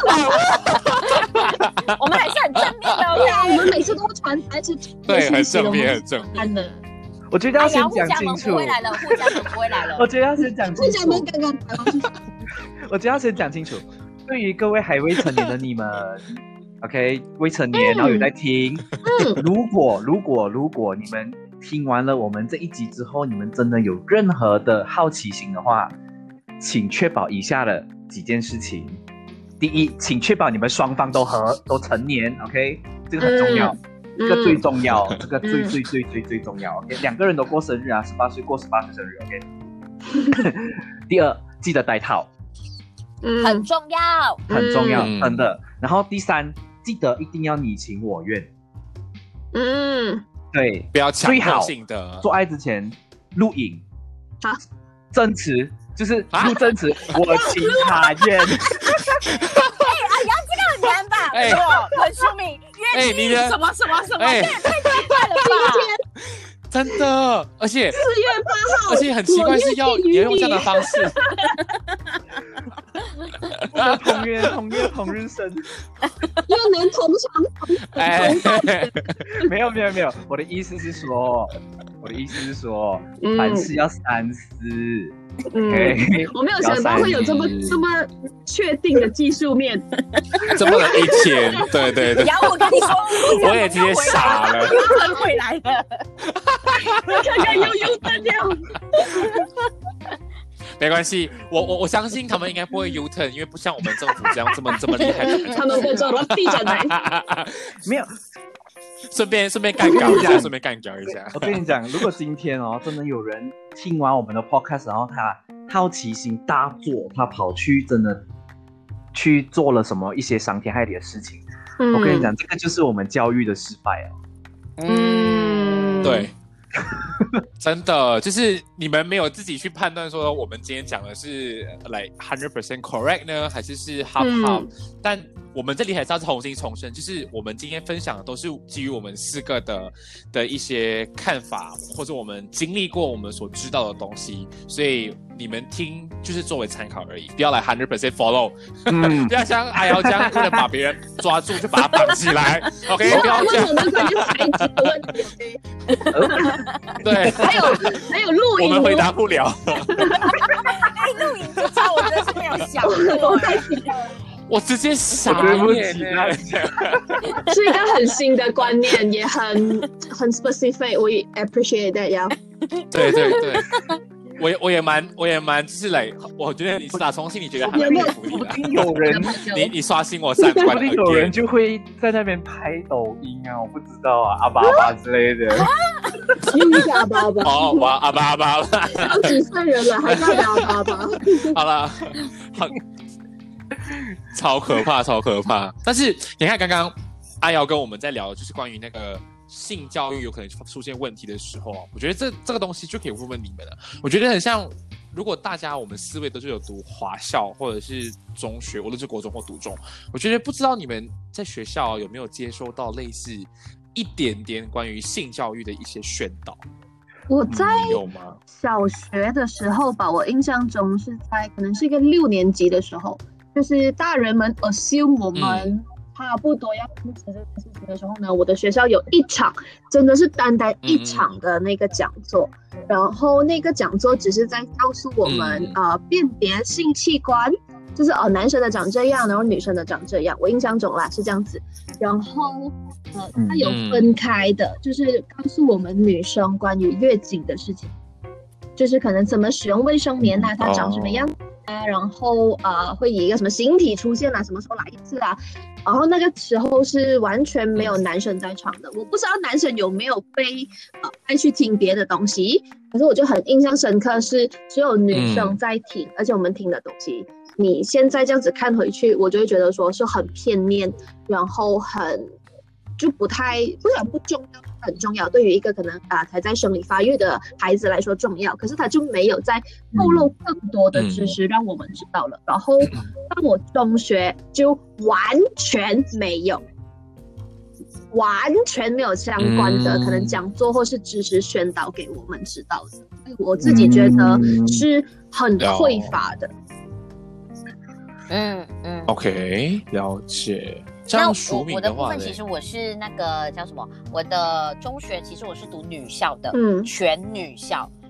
我们还是很正面的， 对啊，我们每次都传还是对，很正面，很正面的。 我觉得要先讲清楚。 不会来了，护家门不会来了。 我觉得要先讲清楚。 护家门刚刚我觉得要先讲清楚。对于各位还未成年的你们， OK， 未成年，然后有在听。嗯，如果如果如果你们听完了我们这一集之后，你们真的有任何的好奇心的话，请确保以下的几件事情。第一，请确保你们双方都合都成年 ，OK， 这个很重要，嗯、这个最重要，嗯、这个最最最最最重要 ，OK， 两个人都过生日啊，十八岁过十八岁生日 ，OK。第二，记得戴套， 嗯，很重要， 很重要，嗯、真的。然后第三，记得一定要你情我愿， 嗯， 对， 不要强迫性的。 做爱之前录影， 好， 证词。就是录证词，我情他愿。 哎，阿阳这个很难吧？哎，很出名，约定什么什么什么，这也太奇怪了吧？ 真的，而且四月八号， 而且很奇怪是要也用这样的方式。 同月同月同日生， 又能同床哎，没有没有没有，我的意思是说，我的意思是说，嗯、凡事要三思。 嗯， okay, 我没有想到会有这么这么确定的技术面， 这么的一天，对对对。 然后我跟你说， 我也直接傻了， 又回来了， 看看又又断掉。 没关系，我我我相信他们应该不会 U turn， 因为不像我们政府这样这么这么厉害。 他们会走到地震来， 没有。 顺便顺便干搞一下，顺便干搞一下。 我跟你讲，如果今天哦，真的有人听完我们的 podcast， 然后他好奇心大作，他跑去真的去做了什么一些伤天害理的事情，嗯、我跟你讲，这个就是我们教育的失败哦。 嗯，对。真的就是你们没有自己去判断说我们今天讲的是 like one hundred percent correct 呢，还是是 half half、嗯、但我们这里还是要重新重申，就是我们今天分享的都是基于我们四个的的一些看法，或者我们经历过我们所知道的东西，所以你们听就是作为参考而已，不要来 one hundred percent follow、嗯、不要像阿瑶这样不能把别人抓住就把他绑起来OK 不要这样， 我们可能材质的问题对， 还有还有录影， 我们回答不了。 哎，录影这招我真的是没有想过，我在我直接傻眼了， 是一个很新的观念，也很很 specific，we appreciate that， yeah。 对对对。我也我也蛮我也蛮就是来，我觉得你打从心里觉得还蛮佩服你的。 有人你你刷新我三观， 有人就会在那边拍抖音啊，我不知道啊，阿巴阿巴之类的。 又是阿巴阿巴。 哦，哇，阿巴阿巴。 都几岁人了，还在阿巴阿巴。 好了，好，超可怕，超可怕。但是你看，刚刚阿瑶跟我们在聊，就是关于那个。性教育有可能出现问题的时候，我觉得这这个东西就可以问问你们了。我觉得很像，如果大家我们四位都是有读华校或者是中学，无论是国中或读中，我觉得不知道你们在学校有没有接收到类似一点点关于性教育的一些宣导。 我在有吗？ 小学的时候吧，我印象中是在可能是一个六年级的时候，就是大人们 assume 我们、嗯。差不多要开始这件事情的时候呢，我的学校有一场真的是单单一场的那个讲座，嗯、然后那个讲座只是在告诉我们、嗯、呃辨别性器官，就是哦男生的长这样，然后女生的长这样，我印象中啦是这样子。然后呃它有分开的，嗯、就是告诉我们女生关于月经的事情，就是可能怎么使用卫生棉啊，它长什么样。哦啊，然后呃，会以一个什么形体出现啊，什么时候来一次啊？然后那个时候是完全没有男生在场的，我不知道男生有没有被呃带去听别的东西，可是我就很印象深刻是只有女生在听，嗯、而且我们听的东西，你现在这样子看回去，我就会觉得说是很片面，然后很就不太不然不重要。很重要，对于一个可能啊、呃、才在生理发育的孩子来说重要，可是他就没有在透露更多的知识让我们知道了。嗯、然后到我中学就完全没有，完全没有相关的、嗯、可能讲座或是知识宣导给我们知道的，所以我自己觉得是很匮乏的。 嗯嗯 ，OK， 了解。那我我的部分其实我是那个叫什么，我的中学其实我是读女校的，嗯，全女校。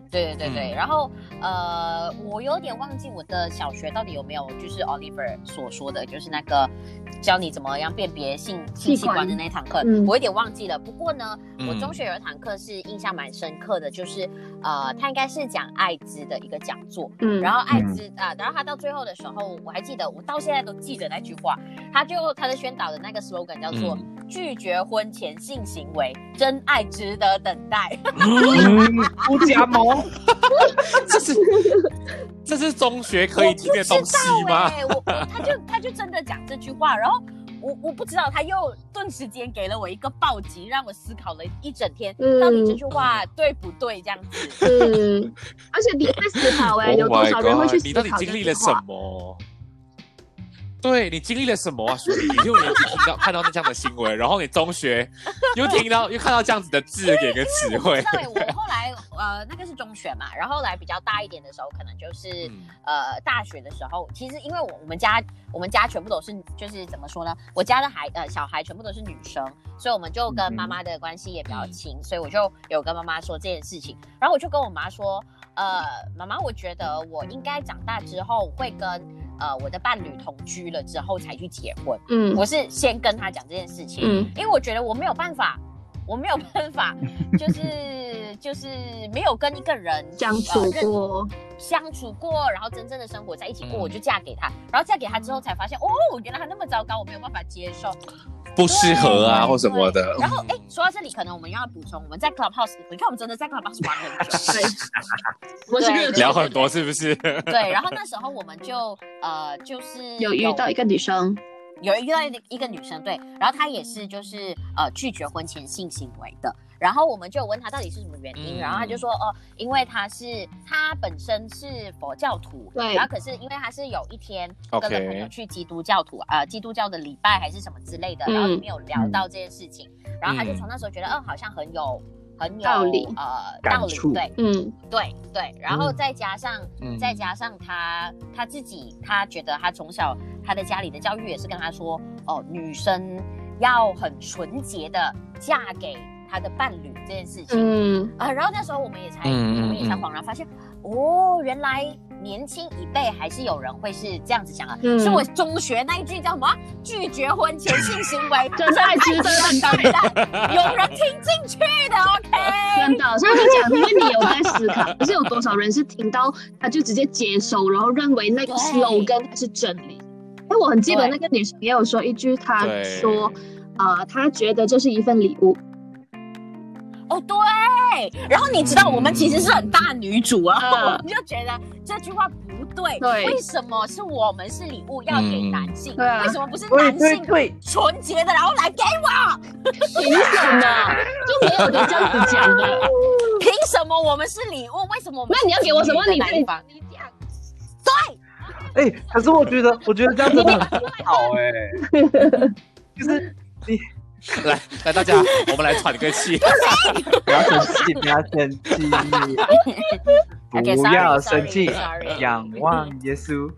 对对对对，嗯、然后呃，我有点忘记我的小学到底有没有就是 Oliver 所说的，就是那个教你怎么样辨别性性器官的那堂课，嗯、我有点忘记了。不过呢，我中学有一堂课是印象蛮深刻的，就是呃，他应该是讲艾滋的一个讲座，嗯，然后艾滋啊、呃，然后他到最后的时候，我还记得，我到现在都记得那句话，他就他的宣导的那个 slogan 叫做、嗯、拒绝婚前性行为，真爱值得等待。 不加盟。 这是这是中学可以听的东西吗？ 我我他就他就真的讲这句话，然后我我不知道，他又顿时间给了我一个暴击，让我思考了一整天，嗯、到底这句话对不对？这样子， 嗯，而且你在思考哎、欸， oh、有多少人会去思考？ 你到底经历了什么？对你经历了什么啊，淑丽？你六年级听到看到那这样的新闻，然后你中学又听到又看到这样子的字眼跟词汇。 对，我后来呃那个是中学嘛，然后后来比较大一点的时候，可能就是、嗯、呃大学的时候，其实因为我我们家我们家全部都是就是怎么说呢，我家的孩呃小孩全部都是女生，所以我们就跟妈妈的关系也比较亲，嗯、所以我就有跟妈妈说这件事情，然后我就跟我妈说，呃妈妈，我觉得我应该长大之后会跟呃我的伴侣同居了之后才去结婚，嗯，我是先跟他讲这件事情，嗯，因为我觉得我没有办法，我没有办法，就是就是没有跟一个人相处过、呃， 相处过，然后真正的生活在一起过，嗯、我就嫁给他，然后嫁给他之后才发现，哦，原来他那么糟糕，我没有办法接受。 不适合啊，或什么的。 然后，哎，说到这里，可能我们要补充，我们在 Clubhouse， 你看我们真的在 Clubhouse 玩很久， 我是聊很多，是不是？ 对，然后那时候我们就呃，就是有遇到一个女生， 有遇到一个女生，对，然后她也是就是呃拒绝婚前性行为的。然后我们就问他到底是什么原因，嗯、然后他就说哦，因为他是他本身是佛教徒，对，然后可是因为他是有一天跟着朋友去基督教徒呃基督教的礼拜还是什么之类的，嗯、然后里面有聊到这件事情，嗯、然后他就从那时候觉得，嗯，好像很有很有道理， 呃，道理，对，嗯，对对，然后再加上、嗯、再加上他他自己，他觉得他从小他的家里的教育也是跟他说，哦，女生要很纯洁的嫁给他的伴侣这件事情，嗯啊，然后那时候我们也才，嗯、我们也才恍然发现，哦，原来年轻一辈还是有人会是这样子想的。嗯、所以我中学那一句叫什么？拒绝婚前性行为， 真爱值得等待，有人听进去的 ，OK？ 真的，所以我就讲，因为你有在思考，可是有多少人是听到他就直接接收，然后认为那个 slogan 才是真理？因为我很记得那个女生也有说一句，她说，呃，她觉得这是一份礼物。 哦，对，然后你知道我们其实是很大女主啊，嗯、我们就觉得这句话不对，对，为什么是我们是礼物要给男性？嗯啊、为什么不是男性纯洁的，然后来给我？ 凭什么？就没有人这样子讲的。 凭什么我们是礼物？为什么我们？ 那你要给我什么礼物？ 你这样，对。 哎、欸，可是我觉得，我觉得这样真的很好哎、欸，就是你。 来来，大家，我们来喘个气， 不要生气，不要生气，不要生气，仰望耶稣。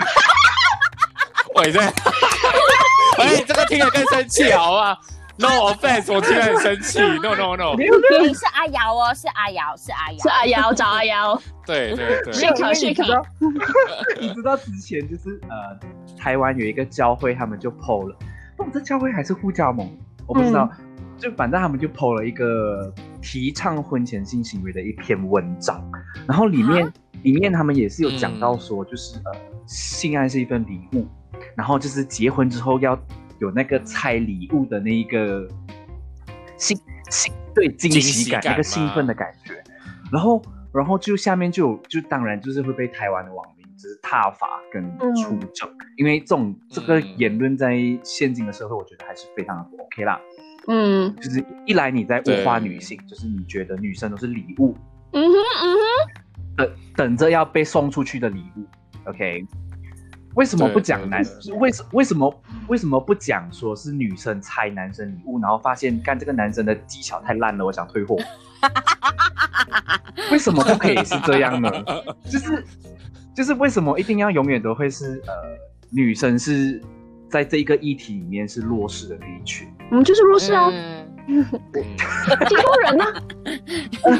喂，这，喂，这个听着更生气，好吧 ？No offense， 我听着很生气。No No No， 是阿瑶哦，是阿瑶，是阿瑶， 是阿瑶，找阿瑶。 对对对， 是可是可。 你知道之前就是呃，台湾有一个教会，他们就 P O 了，哦，这教会还是护教盟。我不知道，嗯、就反正他们就 po 了一个提倡婚前性行为的一篇文章，然后里面、啊、里面他们也是有讲到说，就是、嗯、呃，性爱是一份礼物，然后就是结婚之后要有那个拆礼物的那一个兴兴对惊喜感，那个兴奋的感觉，然后然后就下面就有就当然就是会被台湾的网民就是挞伐跟出征、嗯，因为这种这个言论在现今的社会，我觉得还是非常的不 OK 啦。嗯，就是一来你在物化女性，就是你觉得女生都是礼物，嗯哼嗯哼，等等着要被送出去的礼物 ，OK？ 为什么不讲男？为什为什么为什么不讲说是女生拆男生礼物，然后发现干这个男生的技巧太烂了，我想退货？为什么不可以是这样呢？就是就是为什么一定要永远都会是呃女生是在这一个议题里面是弱势的那一群？ 我们就是弱势啊，嗯，普通人啊。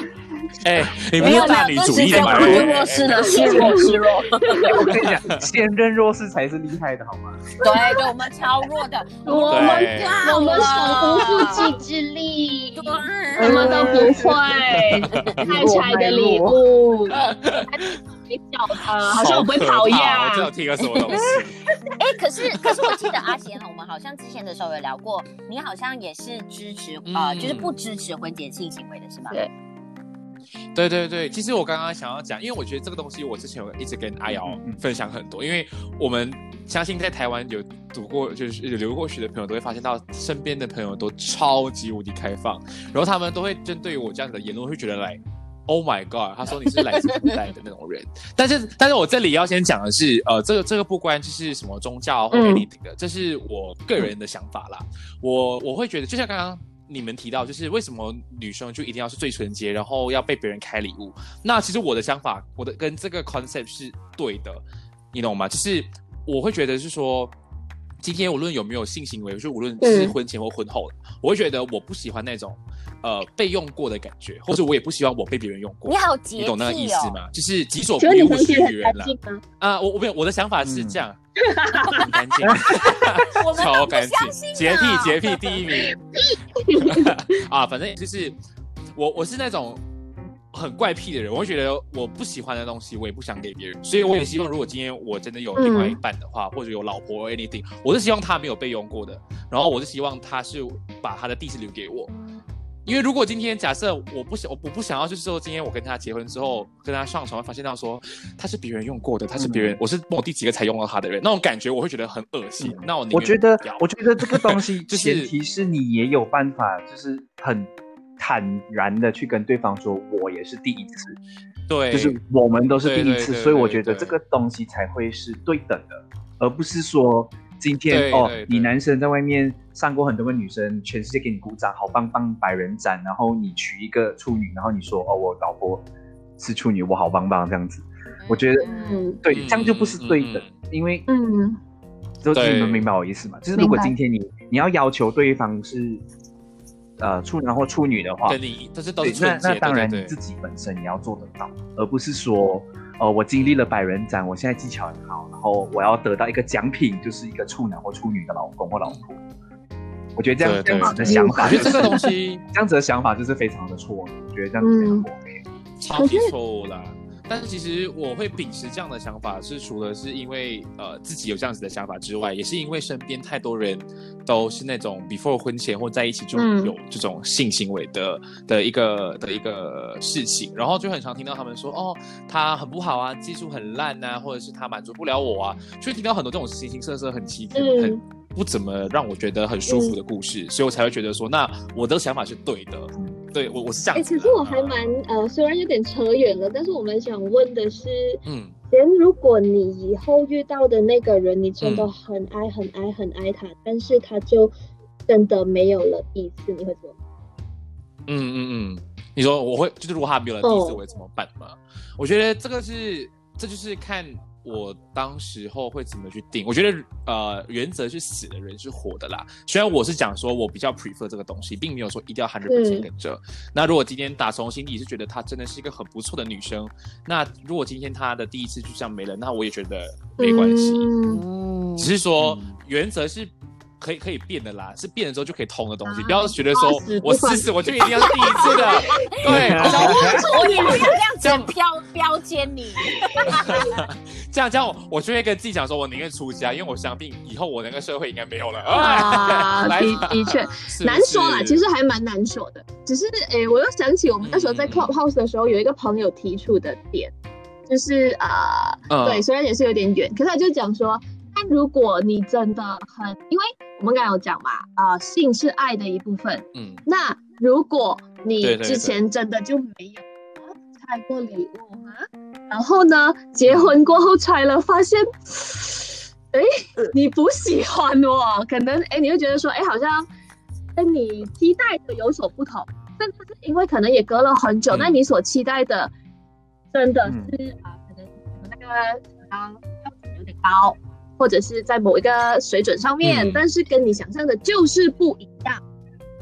哎，你不是大女主义的吗？ 弱势的示弱示弱。 我跟你讲，先认弱势才是厉害的，好吗？ 对对，我们超弱的， 我们我们手不负己之力，什么都不会，太柴的礼物。你脚的，好像我不会跑一样。 我知道听个什么东西。 哎，可是可是我记得阿贤，我们好像之前的时候有聊过，你好像也是支持呃，就是不支持婚前性行为的是吗？ 对。 对对对，其实我刚刚想要讲，因为我觉得这个东西我之前有一直跟阿瑶分享很多，因为我们相信在台湾有读过就是有留过学的朋友都会发现到身边的朋友都超级无敌开放，然后他们都会针对于我这样子的言论会觉得来 Oh my God， 他说你是来自古代的那种人，但是但是我这里要先讲的是，呃，这个这个不关就是什么宗教或 anything 的，嗯、这是我个人的想法啦。我我会觉得，就像刚刚你们提到，就是为什么女生就一定要是最纯洁，然后要被别人开礼物？那其实我的想法，我的跟这个 concept 是对的，你懂吗？就是我会觉得是说。今天无论有没有性行为，就无论是婚前或婚后，嗯、我会觉得我不喜欢那种呃被用过的感觉，或者我也不希望我被别人用过。 你好洁癖哦， 你懂那个意思吗？就是己所不欲，勿施于人啦。啊、呃，我我没有，我的想法是这样，嗯、很干净，超干净，洁癖洁癖第一名啊！反正就是我我是那种。很怪癖的人，我会觉得我不喜欢的东西，我也不想给别人，所以我也希望，如果今天我真的有另外一半的话，嗯、或者有老婆 anything， 我是希望他没有被用过的，然后我是希望他是把他的地址留给我，因为如果今天假设我不想，我不想要，就是说今天我跟他结婚之后，跟他上床，发现到说他是别人用过的，他是别人，嗯、我是某第几个才用到他的人，那种感觉我会觉得很恶心。嗯、那我我觉得，我觉得这个东西前提是你也有办法，就是很。坦然的去跟对方说，我也是第一次， 对， 就是我们都是第一次，所以我觉得这个东西才会是对等的，而不是说今天哦，你男生在外面上过很多个女生，全世界给你鼓掌，好棒棒，百人斩，然后你娶一个处女，然后你说哦，我老婆是处女，我好棒棒这样子，我觉得，嗯，对，这样就不是对等，嗯、因为，嗯，就是你们明白我意思吗？就是如果今天你你要要求对方是。呃，处男或处女的话， 跟你这是都是纯洁， 那那当然你自己本身也要做得到，而不是说，呃，我经历了百人斩，我现在技巧很好，然后我要得到一个奖品，就是一个处男或处女的老公或老婆。我觉得这样这样子的想法， 我觉得这个东西， 这样子的想法就是非常的错的。我觉得这样子非常不 OK， 超级错误啦。但是其实我会秉持这样的想法，是除了是因为呃自己有这样子的想法之外，也是因为身边太多人都是那种 before 婚前或在一起就有这种性行为的、嗯、的一个的一个事情，然后就很常听到他们说哦他很不好啊，技术很烂啊，或者是他满足不了我啊，就会听到很多这种形形色色很奇特、嗯、很不怎么让我觉得很舒服的故事，嗯、所以我才会觉得说，那我的想法是对的。对我我是这样子、啊。 其实我还蛮呃，虽然有点扯远了，但是我们想问的是，嗯，人如果你以后遇到的那个人，你真的很爱、嗯、很爱很爱他，但是他就真的没有了第一次，你会怎么办？ 嗯嗯嗯，你说我会就是如果他没有了第一次，我会怎么办吗？哦、我觉得这个是这就是看。我当时候会怎么去定？我觉得，呃，原则是死的，人是活的啦。虽然我是讲说我比较 prefer 这个东西，并没有说一定要 百分之百 跟着。那如果今天打从心底是觉得她真的是一个很不错的女生，那如果今天她的第一次就这样没了，那我也觉得没关系。嗯、只是说原则是。可以可以变的啦，是变了之后就可以通的东西，啊、不要觉得说我试试我就一定要是第一次的，对， 我也不要这样子标标签你， 这样这样我就会跟自己讲说，我宁愿出家，因为我相信以后我那个社会应该没有了啊。的的确难说啦，其实还蛮难说的。只是诶，我又想起我们那时候在 Clubhouse 的时候，有一个朋友提出的点，就是啊，呃嗯、对，虽然也是有点远，可是他就讲说。但如果你真的很，因为我们刚才有讲嘛，啊、呃，性是爱的一部分。嗯，那如果你之前真的就没有拆过礼物吗？然后呢，结婚过后拆了，发现，哎，你不喜欢我，可能哎，你会觉得说，哎，好像跟你期待的有所不同，甚至是因为可能也隔了很久，那、嗯、你所期待的真的是啊、嗯呃，可能那个啊标准有点高。或者是在某一个水准上面、嗯、但是跟你想象的就是不一样，那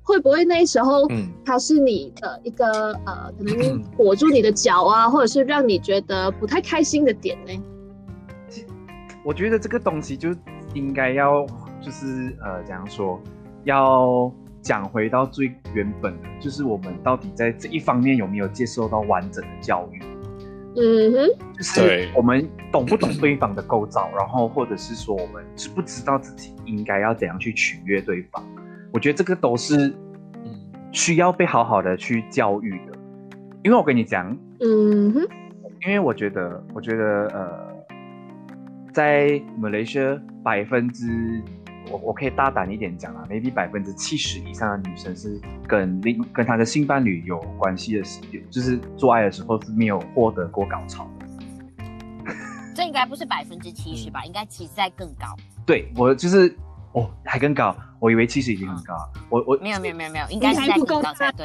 会不会那时候它是你的一个、嗯、呃，可能裹住你的脚啊，或者是让你觉得不太开心的点呢？ 我觉得这个东西就应该要就是呃，怎样说，要讲回到最原本的，就是我们到底在这一方面有没有接受到完整的教育。 嗯哼， 就是我们懂不懂对方的构造，然后或者是说我们知不知道自己应该要怎样去取悦对方。我觉得这个都是需要被好好的去教育的。因为我跟你讲， 嗯哼， 因为我觉得，我觉得呃，在 Malaysia 百分之我我可以大胆一点讲啊 ，maybe 百分之七十以上的女生是跟另跟她的性伴侣有关系的时，就是做爱的时候是没有获得过高潮的。 这应该不是百分之七十吧？应该其实在更高。 对，我就是哦，还更高，我以为七十已经很高了。嗯、我我没有没有没有没有，应该是在更高才对。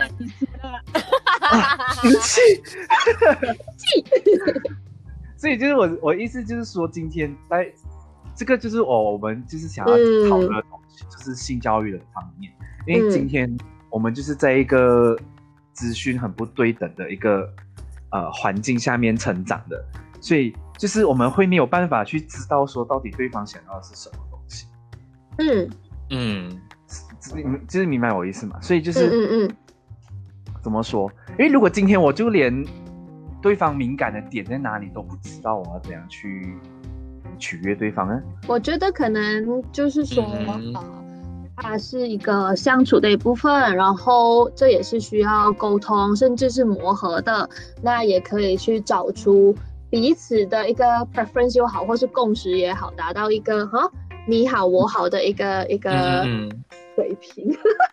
所以就是我我意思就是说，今天在。这个就是我我们就是想要讨论的东西，嗯、就是性教育的方面。因为今天我们就是在一个资讯很不对等的一个呃环境下面成长的，所以就是我们会没有办法去知道说到底对方想要的是什么东西。 嗯嗯，就是明白我意思嘛？所以就是嗯嗯嗯， 怎么说？因为如果今天我就连对方敏感的点在哪里都不知道，我要怎样去取悦对方呢？ 我觉得可能就是说，嗯、呃，它是一个相处的一部分，然后这也是需要沟通，甚至是磨合的。那也可以去找出彼此的一个 preference 又好，或是共识也好，达到一个哈你好我好的一个一个水平。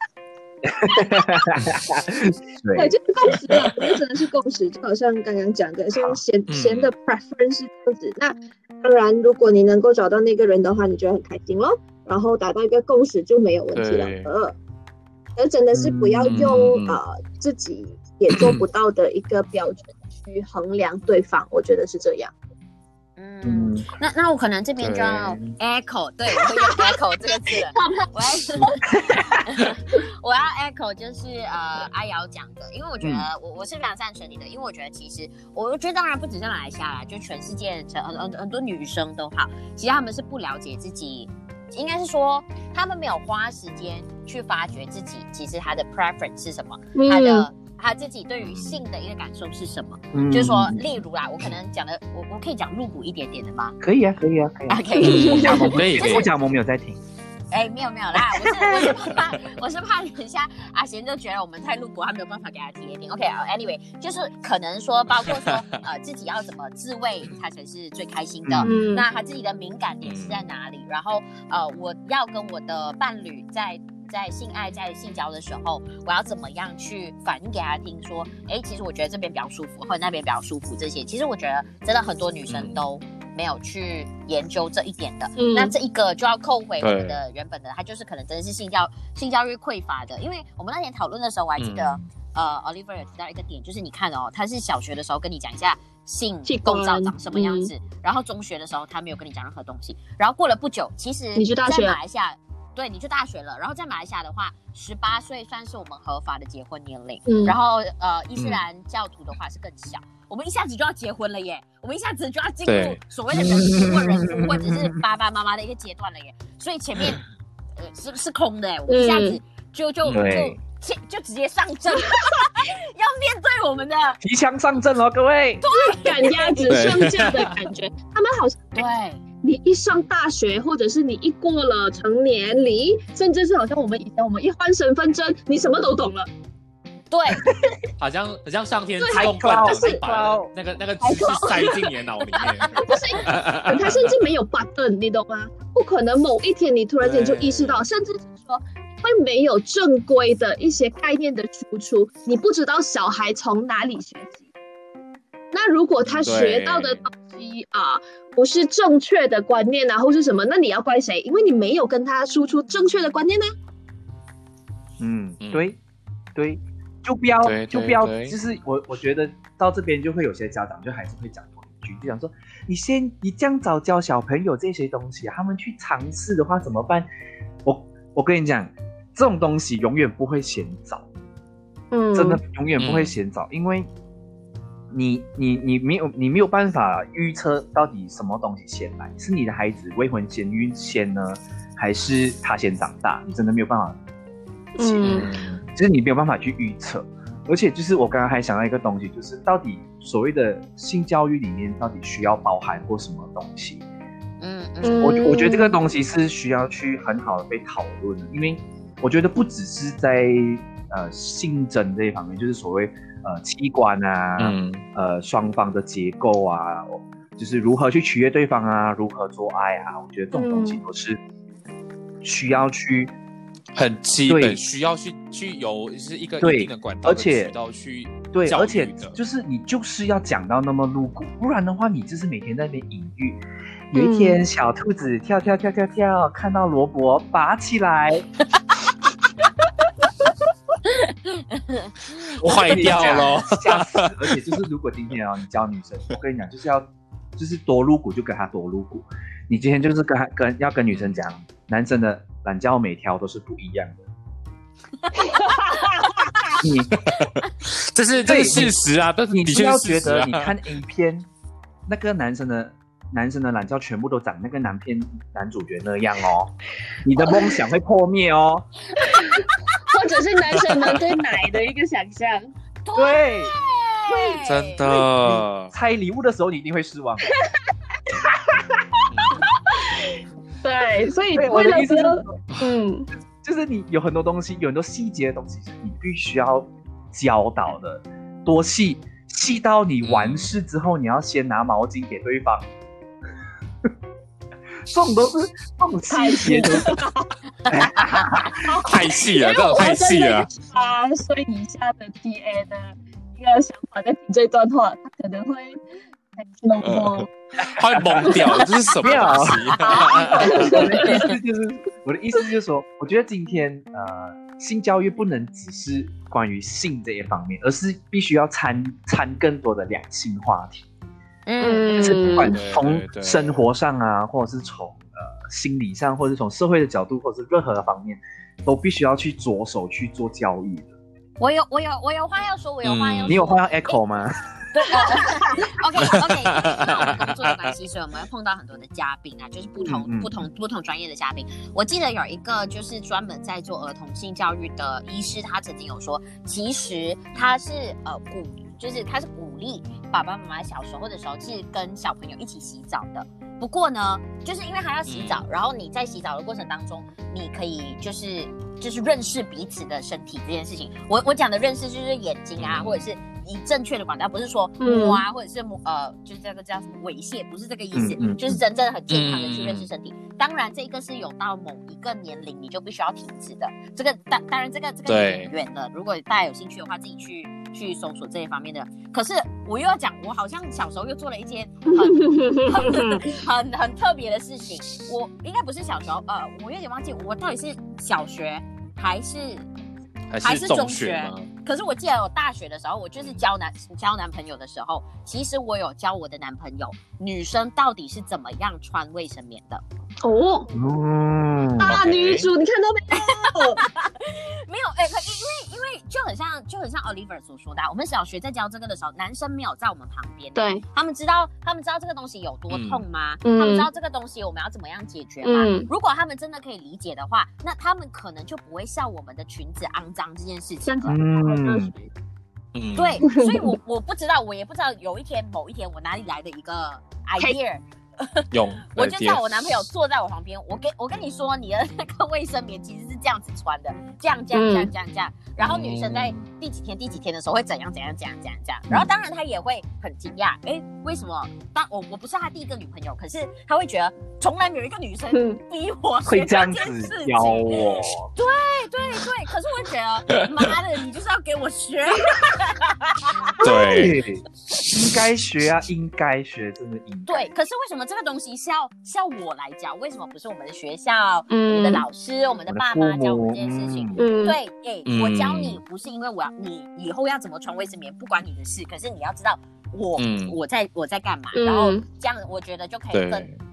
对，就是共识了，我觉得真的是共识，就好像刚刚讲的，像贤贤的 preference 这样子。那当然，如果你能够找到那个人的话，你就很开心咯，然后达到一个共识就没有问题了。呃，而真的是不要用、嗯、呃自己也做不到的一个标准去衡量对方，我觉得是这样。 嗯，那那我可能这边就要 echo， 对，我会用 echo 这个字了。我要我要 echo 就是呃阿瑶讲的，因为我觉得我我是非常赞成你的，因为我觉得其实我觉得当然不只在马来西亚啦，就全世界很很很多女生都好，其实她们是不了解自己，应该是说她们没有花时间去发掘自己其实她的 preference 是什么，她的。他自己对于性的一个感受是什么？嗯、就是说，例如啦，我可能讲的，我我可以讲露骨一点点的吗？ 可以啊，可以啊，可以啊。 可以。 我讲萌可以，我讲萌没有在听。 哎、欸，没有没有啦，我是我是怕我是怕等一下阿贤就觉得我们太露骨，他没有办法给他贴听。OK，anyway，、okay, 就是可能说，包括说呃自己要怎么自慰他才是最开心的，嗯、那他自己的敏感点是在哪里？然后呃我要跟我的伴侣在。在性爱在性交的时候，我要怎么样去反映给他听说，哎，其实我觉得这边比较舒服，或者那边比较舒服，这些其实我觉得真的很多女生都没有去研究这一点的。嗯、那这一个就要扣回我们的原本的，它就是可能真的是性教性教育匮乏的，因为我们那天讨论的时候，我还记得、嗯、呃 Oliver 有提到一个点，就是你看哦，他是小学的时候跟你讲一下性构造长什么样子，嗯、然后中学的时候他没有跟你讲任何东西，然后过了不久，其实你去大学在马来西亚。对，你去大学了，然后在马来西亚的话，十八岁算是我们合法的结婚年龄。嗯，然后呃，伊斯兰教徒的话是更小，嗯、我们一下子就要结婚了耶，我们一下子就要进入所谓的人夫或人夫或者是爸爸妈妈的一个阶段了耶，所以前面呃是是空的耶，我们一下子就就、嗯、就就直接上阵，要面对我们的提枪上阵哦，各位， 对，赶鸭子上架的感觉，他们好像对。 你一上大学，或者是你一过了成年礼，甚至是好像我们以前我们一换身份证，你什么都懂了。 对， 好像好像上天自动灌脑一把那个那个知识塞进你的脑里面。 不是，他甚至没有 button， 你懂吗？不可能某一天你突然间就意识到，甚至是说会没有正规的一些概念的输出，你不知道小孩从哪里学习。那如果他学到的东西啊、呃、不是正确的观念啊，或是什么，那你要怪谁？因为你没有跟他输出正确的观念呢、 啊。嗯，对，对，就不要，就不要，就是我我觉得到这边就会有些家长就还是会讲多一句，就讲说你先你这样早教小朋友这些东西，他们去尝试的话怎么办？我我跟你讲， 这种东西永远不会嫌早，嗯，真的永远不会嫌早，嗯、因为你你你没有你没有办法预测到底什么东西先来，是你的孩子未婚先孕先呢，还是他先长大？你真的没有办法，嗯，就是你没有办法去预测。而且就是我刚刚还想到一个东西，就是到底所谓的性教育里面到底需要包含过什么东西？嗯嗯，我我觉得这个东西是需要去很好的被讨论的，因为我觉得不只是在呃性征这一方面，就是所谓呃器官啊，嗯、呃双方的结构啊，就是如何去取悦对方啊，如何做爱啊，我觉得这种东西都是需要去。 很基本，需要去去有是一个一定的管道的渠道去对，而且就是你就是要讲到那么露骨，不然的话你就是每天在那边隐喻。有一天小兔子跳跳跳跳跳，看到萝卜拔起来， 坏掉了， 吓死！而且就是如果今天啊，你教女生，我跟你讲，就是要就是多露骨就跟她多露骨。你今天就是跟她跟要跟女生讲，男生的懒觉每条都是不一样的。你这是这是事实啊，但是你不要觉得你看影片，那个男生的男生的懒觉全部都长那个男片男主角那样哦，你的梦想会破灭哦。 或者是男生们对奶的一个想象。 对， 真的。 拆礼物的时候你一定会失望。 对，所以为了这个， 嗯，就是你有很多东西，有很多细节的东西是你必须要教导的，多细，细到你完事之后，你要先拿毛巾给对方。这种都是这种细节都是太细了，这种太细了。 八岁以下的 T A 的一个想法在听这段话，他可能会懵懵， 他会懵掉，这是什么东西？ 我的意思就是，我的意思就是说，我觉得今天呃，性教育不能只是关于性这一方面，而是必须要掺掺更多的两性话题。嗯，不管从生活上啊，或者是从呃心理上，或者是从社会的角度，或者是任何的方面，都必须要去着手去做教育的。 我有我有我有话要说，我有话要说。 嗯、你有话要 echo 吗？ 对 ，OK OK， 那我们工作的关系，所以我们会碰到很多的嘉宾啊，就是不同、嗯嗯、不同不同专业的嘉宾。我记得有一个就是专门在做儿童性教育的医师，他曾经有说，其实他是呃鼓，就是他是鼓励爸爸妈妈小时候的时候是跟小朋友一起洗澡的。不过呢，就是因为他要洗澡，然后你在洗澡的过程当中，你可以就是就是认识彼此的身体这件事情。我我讲的认识就是眼睛啊，或者是以正确的管道，不是说摸啊，或者是摸呃，就是这个叫什么猥亵，不是这个意思，嗯嗯、就是真正很健康的去认识身体。嗯、当然，这个是有到某一个年龄你就必须要停止的。这个当当然这个这个有点远了，如果大家有兴趣的话，自己去去搜索这一方面的。可是我又要讲，我好像小时候又做了一件很很很很特别的事情。我应该不是小时候，呃，我有点忘记我到底是小学还是还是中学吗？ 可是我记得我大学的时候，我就是交男交男朋友的时候，其实我有教我的男朋友，女生到底是怎么样穿卫生棉的。 哦，嗯，大女主，你看到没有？ 没有，哎、欸，因为因为就很像就很像 Oliver 所说的、啊，我们小学在教这个的时候，男生没有在我们旁边， 对， 他们知道他们知道这个东西有多痛吗？嗯、他们知道这个东西我们要怎么样解决吗？嗯、如果他们真的可以理解的话，那他们可能就不会笑我们的裙子肮脏这件事情。 嗯。 嗯，对，所以我我不知道，我也不知道有一天某一天我哪里来的一个 idea。 用， 我就叫我男朋友坐在我旁边，我跟我跟你说，你的那个卫生棉其实是这样子穿的，这样这样这样这样这样，然后女生在第几天第几天的时候会怎样怎样怎样怎样怎样，然后当然他也会很惊讶，哎，为什么？当我我不是他第一个女朋友，可是他会觉得从来没有一个女生逼我学这件事情， 教我， 对对对，可是我觉得妈的，你就是要给我学， 对， 应该学啊，应该学，真的应该。 对，可是为什么这个东西是要是要我来教？为什么不是我们的学校、嗯、我们的老师、我们的爸妈教我们这件事情？嗯、对，哎、欸，我教你不是因为我要你以后要怎么穿卫生棉，不关你的事。可是你要知道我、嗯、我在我在干嘛，嗯、然后这样我觉得就可以更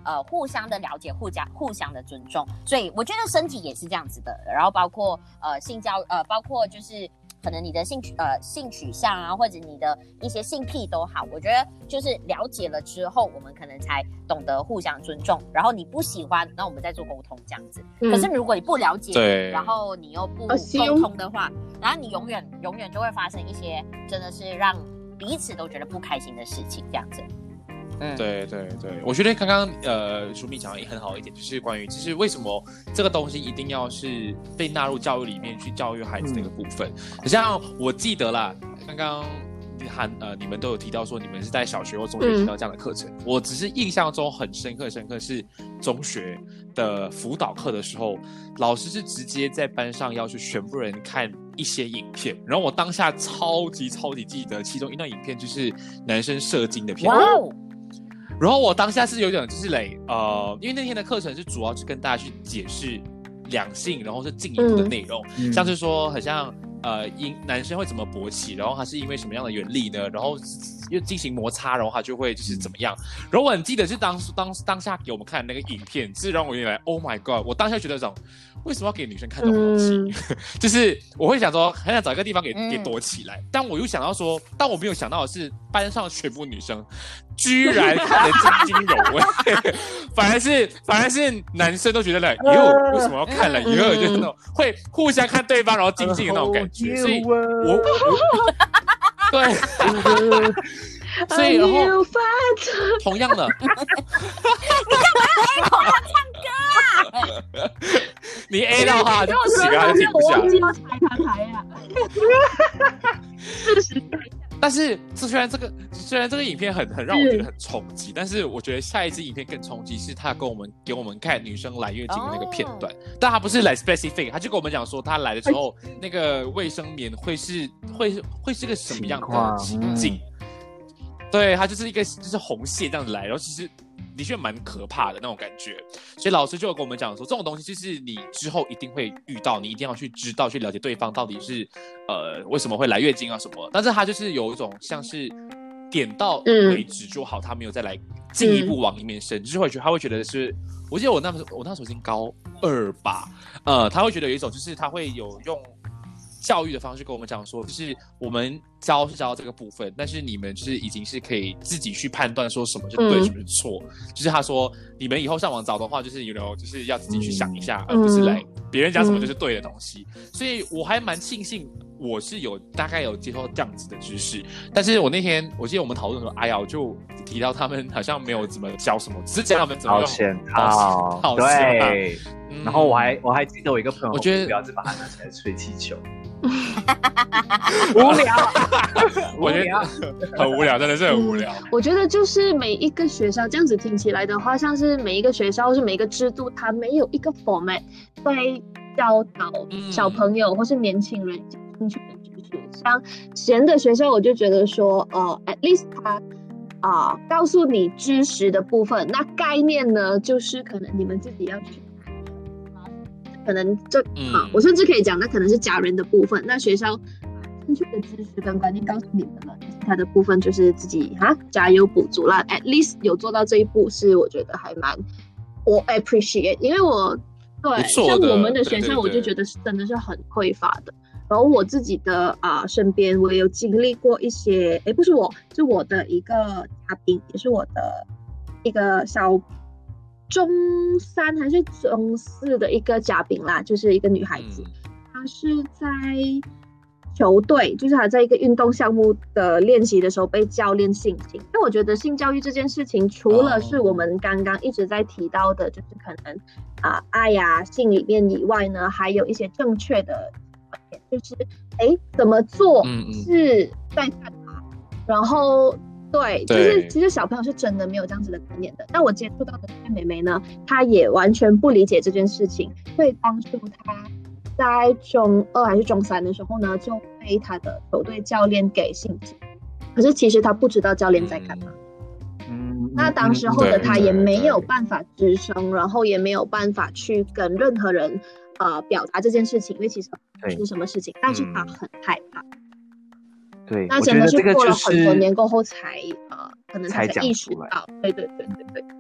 呃互相的了解，互相互相的尊重。所以我觉得身体也是这样子的。然后包括呃性教呃包括就是可能你的性取呃性取向啊，或者你的一些性癖都好，我觉得就是了解了之后，我们可能才懂得互相尊重。然后你不喜欢，那我们再做沟通这样子。嗯、可是如果你不了解， 对， 然后你又不沟通的话，然后你永远永远就会发生一些真的是让彼此都觉得不开心的事情，这样子。 嗯，对对对，我觉得刚刚呃，淑敏讲的也很好一点，就是关于就是为什么这个东西一定要是被纳入教育里面去教育孩子的一个部分。嗯、像我记得啦，刚刚韩呃你们都有提到说你们是在小学或中学听到这样的课程，嗯、我只是印象中很深刻深刻是中学的辅导课的时候，老师是直接在班上要求全部人看一些影片，然后我当下超级超级记得其中一段影片就是男生射精的片段。哇！然后我当下是有点就是嘞，呃，因为那天的课程是主要是跟大家去解释两性，然后是进一步的内容，嗯、像是说很像呃，因男生会怎么勃起，然后他是因为什么样的原理呢？然后又进行摩擦，然后他就会就是怎么样？然后我很记得是当当当下给我们看的那个影片，是让我原来 Oh my God！ 我当下觉得这种为什么要给女生看这种东西？嗯、就是我会想说很想找一个地方给给躲起来，嗯、但我又想到说，但我没有想到的是班上全部女生居然看得津津有味，反而是反而是男生都觉得嘞，哟，为什么要看了？以后就是那种会互相看对方，然后静静的那种感觉，所以我我对，所以然后同样的，你干嘛 A 口要唱歌啊？ 你 A 到他就不行啊，就停不下来。 我忘记要踩他台呀，事实改。 但是虽然这个虽然这个影片很很让我觉得很冲击，但是我觉得下一支影片更冲击，是他跟我们给我们看女生来月经的那个片段， oh. 但他不是来 specific， 他就跟我们讲说他来的时候那个卫生棉会是会会是个什么样的情景，嗯、对，他就是一个就是红线这样子来，然后其实的确蛮可怕的那种感觉，所以老师就有跟我们讲说，这种东西就是你之后一定会遇到，你一定要去知道、去了解对方到底是呃为什么会来月经啊什么。但是他就是有一种像是点到为止就好，嗯、他没有再来进一步往里面深，嗯、就是会觉得他会觉得是，我记得我那时候我那时候已经高二吧，呃，他会觉得有一种就是他会有用教育的方式跟我们讲说，就是我们教是教这个部分，但是你们就是已经是可以自己去判断说什么是对，嗯、什么是错。就是他说，你们以后上网找的话，就是 you know， 就是要自己去想一下，嗯、而不是来别人讲什么就是对的东西。嗯、所以我还蛮庆幸我是有大概有接受这样子的知识，但是我那天我记得我们讨论说，哎呀，我就提到他们好像没有怎么教什么，只是教他们怎么用保险套，对。嗯、然后我还我还记得我一个朋友， 我觉得不要就把它拿起来吹气球。 无聊， 我觉得很无聊，真的是很无聊。 嗯、我觉得就是每一个学校这样子听起来的话，像是每一个学校或是每一个制度，它没有一个 format 在教导小朋友或是年轻人进去的知识。像闲的学校，我就觉得说，呃 ，at least 它啊、呃、告诉你知识的部分，那概念呢，就是可能你们自己要去。可能这、嗯、啊，我甚至可以讲，那可能是家人的部分。那学校正确的知识跟观念告诉你们了，其他的部分就是自己哈加油补足啦。At least 有做到这一步，是我觉得还蛮我 appreciate， 因为我对像我们的学校，我就觉得是真的是很匮乏的。对对对，然后我自己的啊、呃、身边，我也有经历过一些，哎，不是我，是我的一个嘉宾，也是我的一个小。中三还是中四的一个嘉宾啦，就是一个女孩子，嗯、她是在球队，就是她在一个运动项目的练习的时候被教练性侵。因为我觉得性教育这件事情，除了是我们刚刚一直在提到的，就是可能啊、呃、爱呀、啊、性里面以外呢，还有一些正确的观点，就是哎怎么做是在干嘛，嗯、然后。对，就是其实小朋友是真的没有这样子的观念的。但我接触到的这位妹妹呢，她也完全不理解这件事情，所以当初她在中二还是中三的时候呢，就被她的球队教练给性侵。可是其实她不知道教练在干嘛。嗯，那当时候的她也没有办法吱声，然后也没有办法去跟任何人呃表达这件事情，因为其实是什么事情，但是她很害怕。 对， 那真的是过了很多年过后才呃，可能才意识到。对对对对对。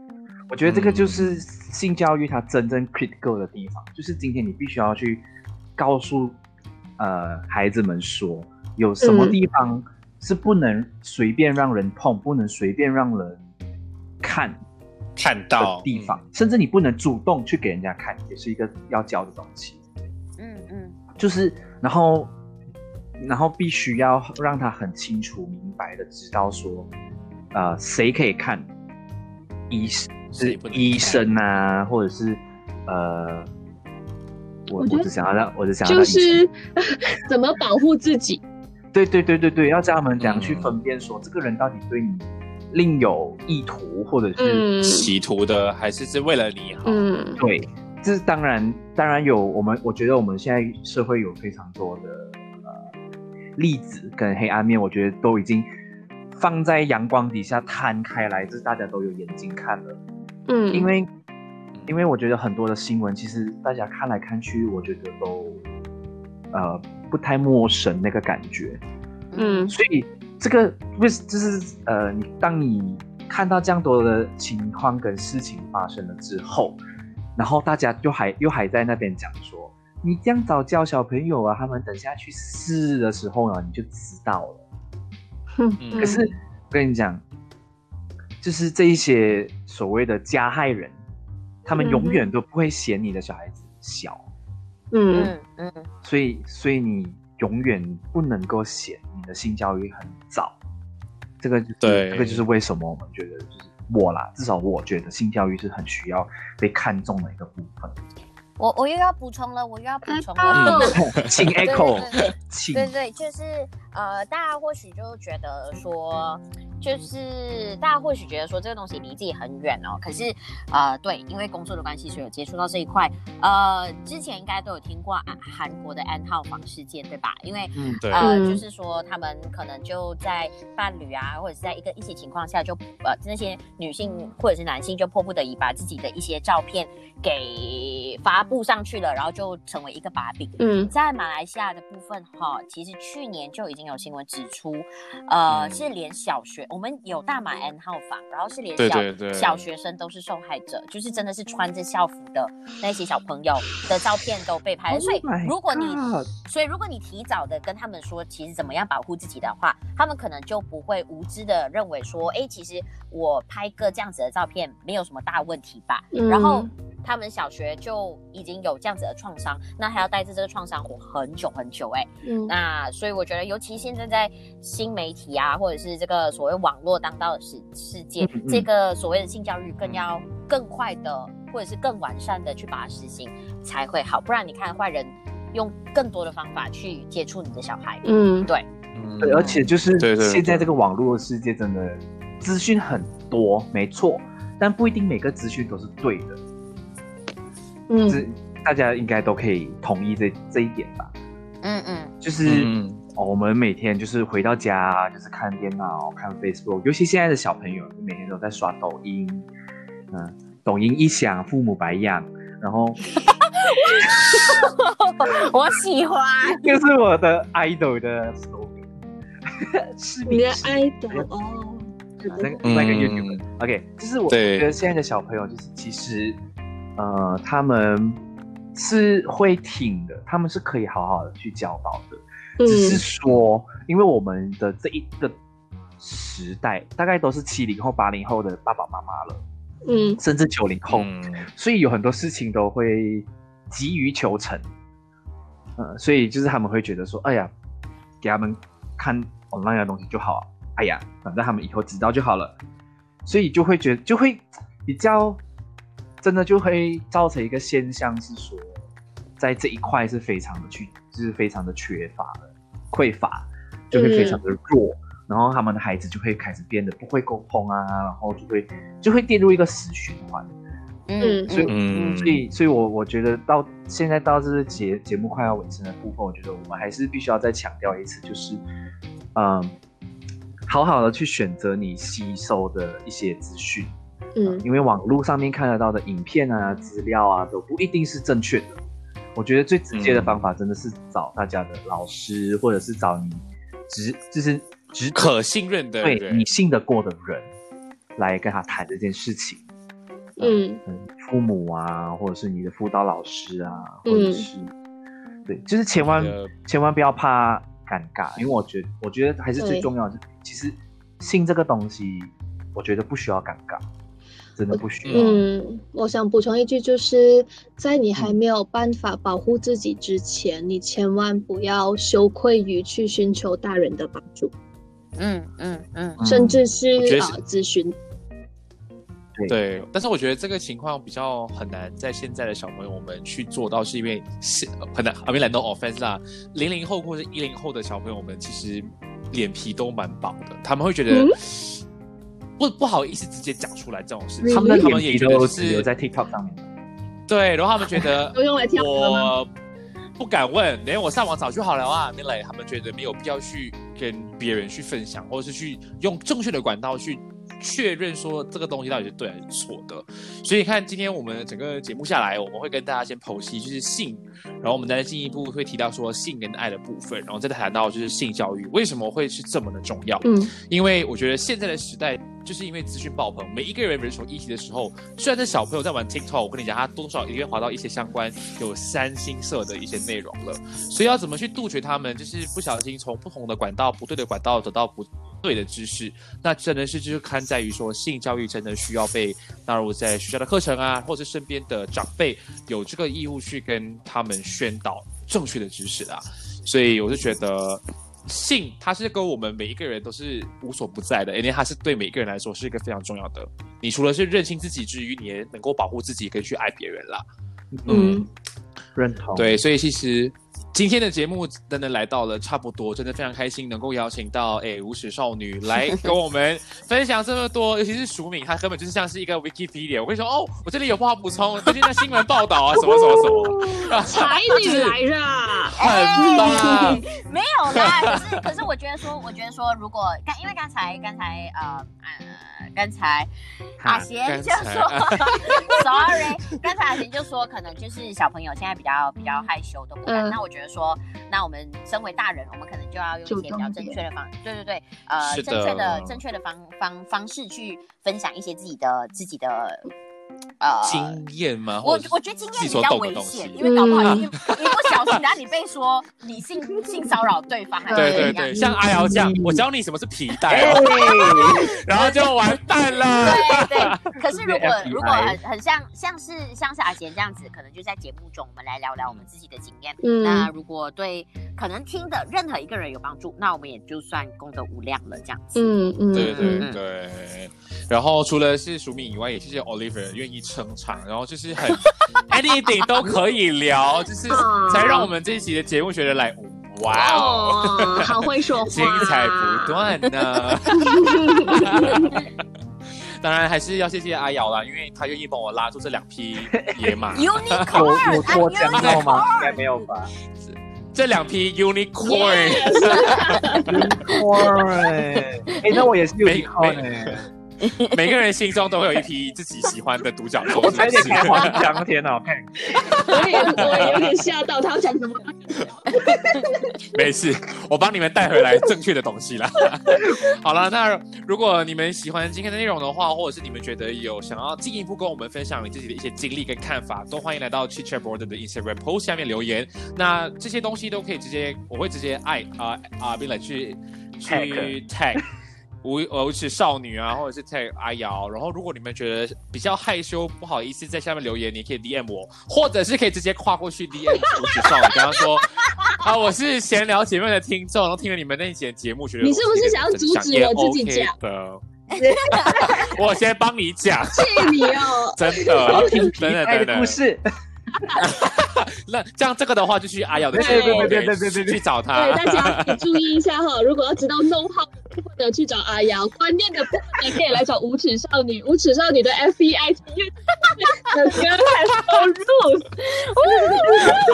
我觉得这个就是性教育它真正 critical 的地方，就是今天你必须要去告诉呃孩子们说，有什么地方是不能随便让人碰，不能随便让人看看到的地方，嗯、甚至你不能主动去给人家看，也是一个要教的东西。 嗯嗯， 就是然后然后必须要让他很清楚明白的知道说，呃，谁可以看，医是医生啊，或者是呃，我我只想要让，我只想要就是怎么保护自己。 对对对对对，要教他们怎样去分辨说，嗯、这个人到底对你另有意图，或者是企图的，还是是为了你好？ 嗯， 对，这当然当然有我们，我觉得我们现在社会有非常多的呃例子跟黑暗面，我觉得都已经放在阳光底下摊开来，这大家都有眼睛看了。 嗯， 因为因为我觉得很多的新闻，其实大家看来看去，我觉得都呃不太陌生那个感觉。 嗯， 所以这个不是就是呃，你当你看到这样多的情况跟事情发生了之后，然后大家就还又还在那边讲说，你这样早教小朋友啊，他们等下去试的时候呢，你就知道了。 嗯、 可是我跟你讲，就是这一些所谓的加害人，他们永远都不会嫌你的小孩子小。 嗯嗯， 所以所以你永远不能够嫌你的性教育很早。这个就是对， 这个就是为什么我们觉得，就是我啦，至少我觉得性教育是很需要被看重的一个部分。 我我又要补充了，我又要补充了， 请 echo， 请对对，就是呃，大家或许就觉得说，就是大家或许觉得说这个东西离自己很远哦，可是呃，对，因为工作的关系，所以有接触到这一块。呃，之前应该都有听过韩国的 N 号房事件，对吧？因为、 嗯、对呃，就是说他们可能就在伴侣啊，或者是在一个一些情况下就，就呃那些女性或者是男性就迫不得已把自己的一些照片给发布上去了，然后就成为一个把柄。 嗯， 在马来西亚的部分哈，其实去年就已经有新闻指出，呃，嗯、是连小学我们有大马 N 号房，然后是连小对对对小学生都是受害者，就是真的是穿着校服的那些小朋友的照片都被拍了。所以如果你所以如果你提早的跟他们说，其实怎么样保护自己的话，他们可能就不会无知的认为说，哎，其实我拍个这样子的照片没有什么大问题吧。嗯、然后他们小学就已经有这样子的创伤，那还要带着这个创伤活很久很久哎、欸。嗯，那所以我觉得，尤其现在在新媒体啊，或者是这个所谓网络当道的世世界，嗯嗯这个所谓的性教育更要更快的，或者是更完善的去把它实行才会好，不然你看坏人用更多的方法去接触你的小孩。嗯，对， 嗯、对，而且就是现在这个网络世界真的资讯很多，没错，但不一定每个资讯都是对的。嗯，大家应该都可以同意这这一点吧？嗯嗯，就是、嗯哦、我们每天就是回到家就是看电脑、看 Facebook， 尤其现在的小朋友每天都在刷抖音，嗯，抖音一响，父母白养，然后我喜欢， 这是我的 idol 的 slogan， 是你的 idol 哦， 那个那个 YouTube，OK， 就是我觉得现在的小朋友就是其实。呃，他们是会听的，他们是可以好好的去教导的，嗯、只是说，因为我们的这一个时代，大概都是七零后、八零后的爸爸妈妈了，嗯，甚至九零后，嗯、所以有很多事情都会急于求成，呃，所以就是他们会觉得说，哎呀，给他们看 online 的东西就好，哎呀，反正他们以后知道就好了，所以就会觉得就会比较。真的就会造成一个现象是说，在这一块是非常的去，就是非常的缺乏的匮乏，就会非常的弱，嗯、然后他们的孩子就会开始变得不会沟通啊，然后就会就会跌入一个死循环。嗯，所以，嗯、所以，所以我我觉得到现在到这个节节目快要尾声的部分，我觉得我们还是必须要再强调一次，就是，嗯，好好的去选择你吸收的一些资讯。嗯，因为网络上面看得到的影片啊、资料啊，都不一定是正确的。我觉得最直接的方法真的是找大家的老师，或者是找你值就是值可信任的对你信得过的人来跟他谈这件事情。 嗯父母啊，或者是你的辅导老师啊，或者是、嗯、对，就是千万千万不要怕尴尬，因为我觉得我觉得还是最重要的，其实性这个东西，我觉得不需要尴尬。真的不需要。 嗯，我想补充一句，就是在你还没有办法保护自己之前，嗯、你千万不要羞愧于去寻求大人的帮助。 嗯嗯嗯， 甚至是啊咨询。 对, 对，但是我觉得这个情况比较很难在现在的小朋友们去做到，是因为是很难。I mean, no offense 啦，零零后或者一零后的小朋友们其实脸皮都蛮薄的，他们会觉得。嗯不不好意思直接讲出来这种事情， 他们他们也觉得是留在 TikTok 上面。 对，然后他们觉得都用来跳我不敢问，连我上网找就好了啊。没来，他们觉得没有必要去跟别人去分享，或者是去用正确的管道去确认说这个东西到底是对还是错的。所以看今天我们整个节目下来，我们会跟大家先剖析就是性，然后我们再进一步会提到说性跟爱的部分，然后再谈到就是性教育为什么会是这么的重要。嗯，因为我觉得现在的时代就是因为资讯爆棚，每一个人人手一体的时候，虽然是小朋友在玩 TikTok， 我跟你讲，他多少一定会滑到一些相关有三星色的一些内容了，所以要怎么去杜绝他们，就是不小心从不同的管道、不对的管道得到不对的知识，那真的是就是看在于说性教育真的需要被纳入在学校的课程啊，或者身边的长辈有这个义务去跟他们宣导正确的知识啦，所以我就觉得。性它是跟我们每一个人都是无所不在的，因为它是对每一个人来说是一个非常重要的。你除了是认清自己之余，你也能够保护自己跟去爱别人啦。 嗯，嗯认同。 对，所以其实今天的节目真的来到了差不多，真的非常开心能够邀请到哎无耻少女来跟我们分享这么多，尤其是淑敏，她根本就是像是一个 Wikipedia。我跟你说哦，我这里有话补充，最近的新闻报道啊，什么什么什么， 才女来着， 很棒。 没有啦，可是可是我觉得说，我觉得说，如果刚因为刚才刚才呃呃刚才阿贤就说 ，sorry， 刚才阿贤就说，可能就是小朋友现在比较比较害羞都不敢。嗯、那我觉得说，那我们身为大人，我们可能就要用一些比较正确的方，对对对，呃，正确的正确的方方方式去分享一些自己的自己的。 呃，经验吗？ 我我觉得经验比较危险，因为搞不好你、嗯、一不小心，然后你被说你性性骚扰对方， 对对对，像阿瑶这样，我教你什么是皮带，然后就完蛋了。 对对，可是如果如果很很像像是像是阿贤这样子，可能就在节目中我们来聊聊我们自己的经验。嗯、那如果对可能听的任何一个人有帮助，那我们也就算功德无量了，这样子。 嗯嗯，对对对。嗯、然后除了是淑敏以外，也谢谢 Oliver 愿意撑场，然后就是很 anything 都可以聊，就是才让我们这一期的节目觉得来，哇哦， 好会说话， 精彩不断呢。当然还是要谢谢阿瑶啦，因为她愿意帮我拉住这两匹野马。 Unicorn， 有脱缰到吗？应该没有吧。 这两匹 unicorn， unicorn， 哎、欸，那我也是 unicorn 哎、欸。 每个人心中都会有一匹自己喜欢的独角兽。 我差点开黄腔，天哪！我看， 我也我也有点吓到，他要讲什么？ 没事，我帮你们带回来正确的东西啦。好了，那如果你们喜欢今天的内容的话，或者是你们觉得有想要进一步跟我们分享你自己的一些经历跟看法，都欢迎来到 Chit Chat Border 的 Instagram post 下面留言。那这些东西都可以直接，我会直接爱啊啊，并来去去 tag。无无耻少女啊，或者是 tag 阿瑶，然后如果你们觉得比较害羞不好意思，在下面留言，你可以 D M 我，或者是可以直接跨过去 D M 无耻少女，跟他说啊，我是闲聊姐妹的听众，然后听了你们那一集的节目，觉得你是不是想要阻止我自己讲的？我先帮你讲， 谢谢你哦， 真的，真的真的故事。 那这样这个的话，就去阿瑶的节目，对对对对对，去找他。 对，大家可以注意一下哈，如果要知道 know how 部分的，去找阿瑶；观念的部分可以来找无耻少女。无耻少女的 F B I T The girl has no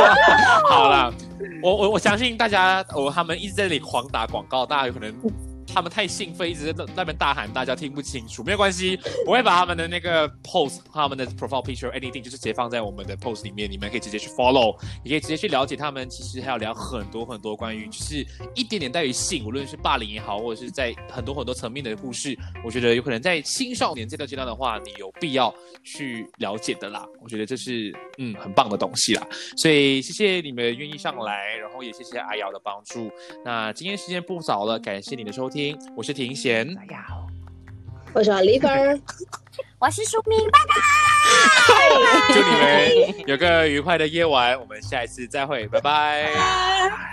rules。 好啦，我我我相信大家，我他们一直在这里狂打广告，大家有可能。 他们太兴奋，一直在那边大喊，大家听不清楚，没有关系，我会把他们的那个 post、他们的 profile picture anything 就是直接放在我们的 post 里面，你们可以直接去 follow， 也可以直接去了解他们。其实还要聊很多很多关于就是一点点带于性，无论是霸凌也好，或者是在很多很多层面的故事，我觉得有可能在青少年这个阶段的话，你有必要去了解的啦。我觉得这是嗯很棒的东西啦，所以谢谢你们愿意上来，然后也谢谢阿瑶的帮助。那今天时间不早了，感谢你的收听。我是庭贤， 我是 Oliver， 我是淑明，拜拜！ 祝你们有个愉快的夜晚，我们下一次再会，拜拜。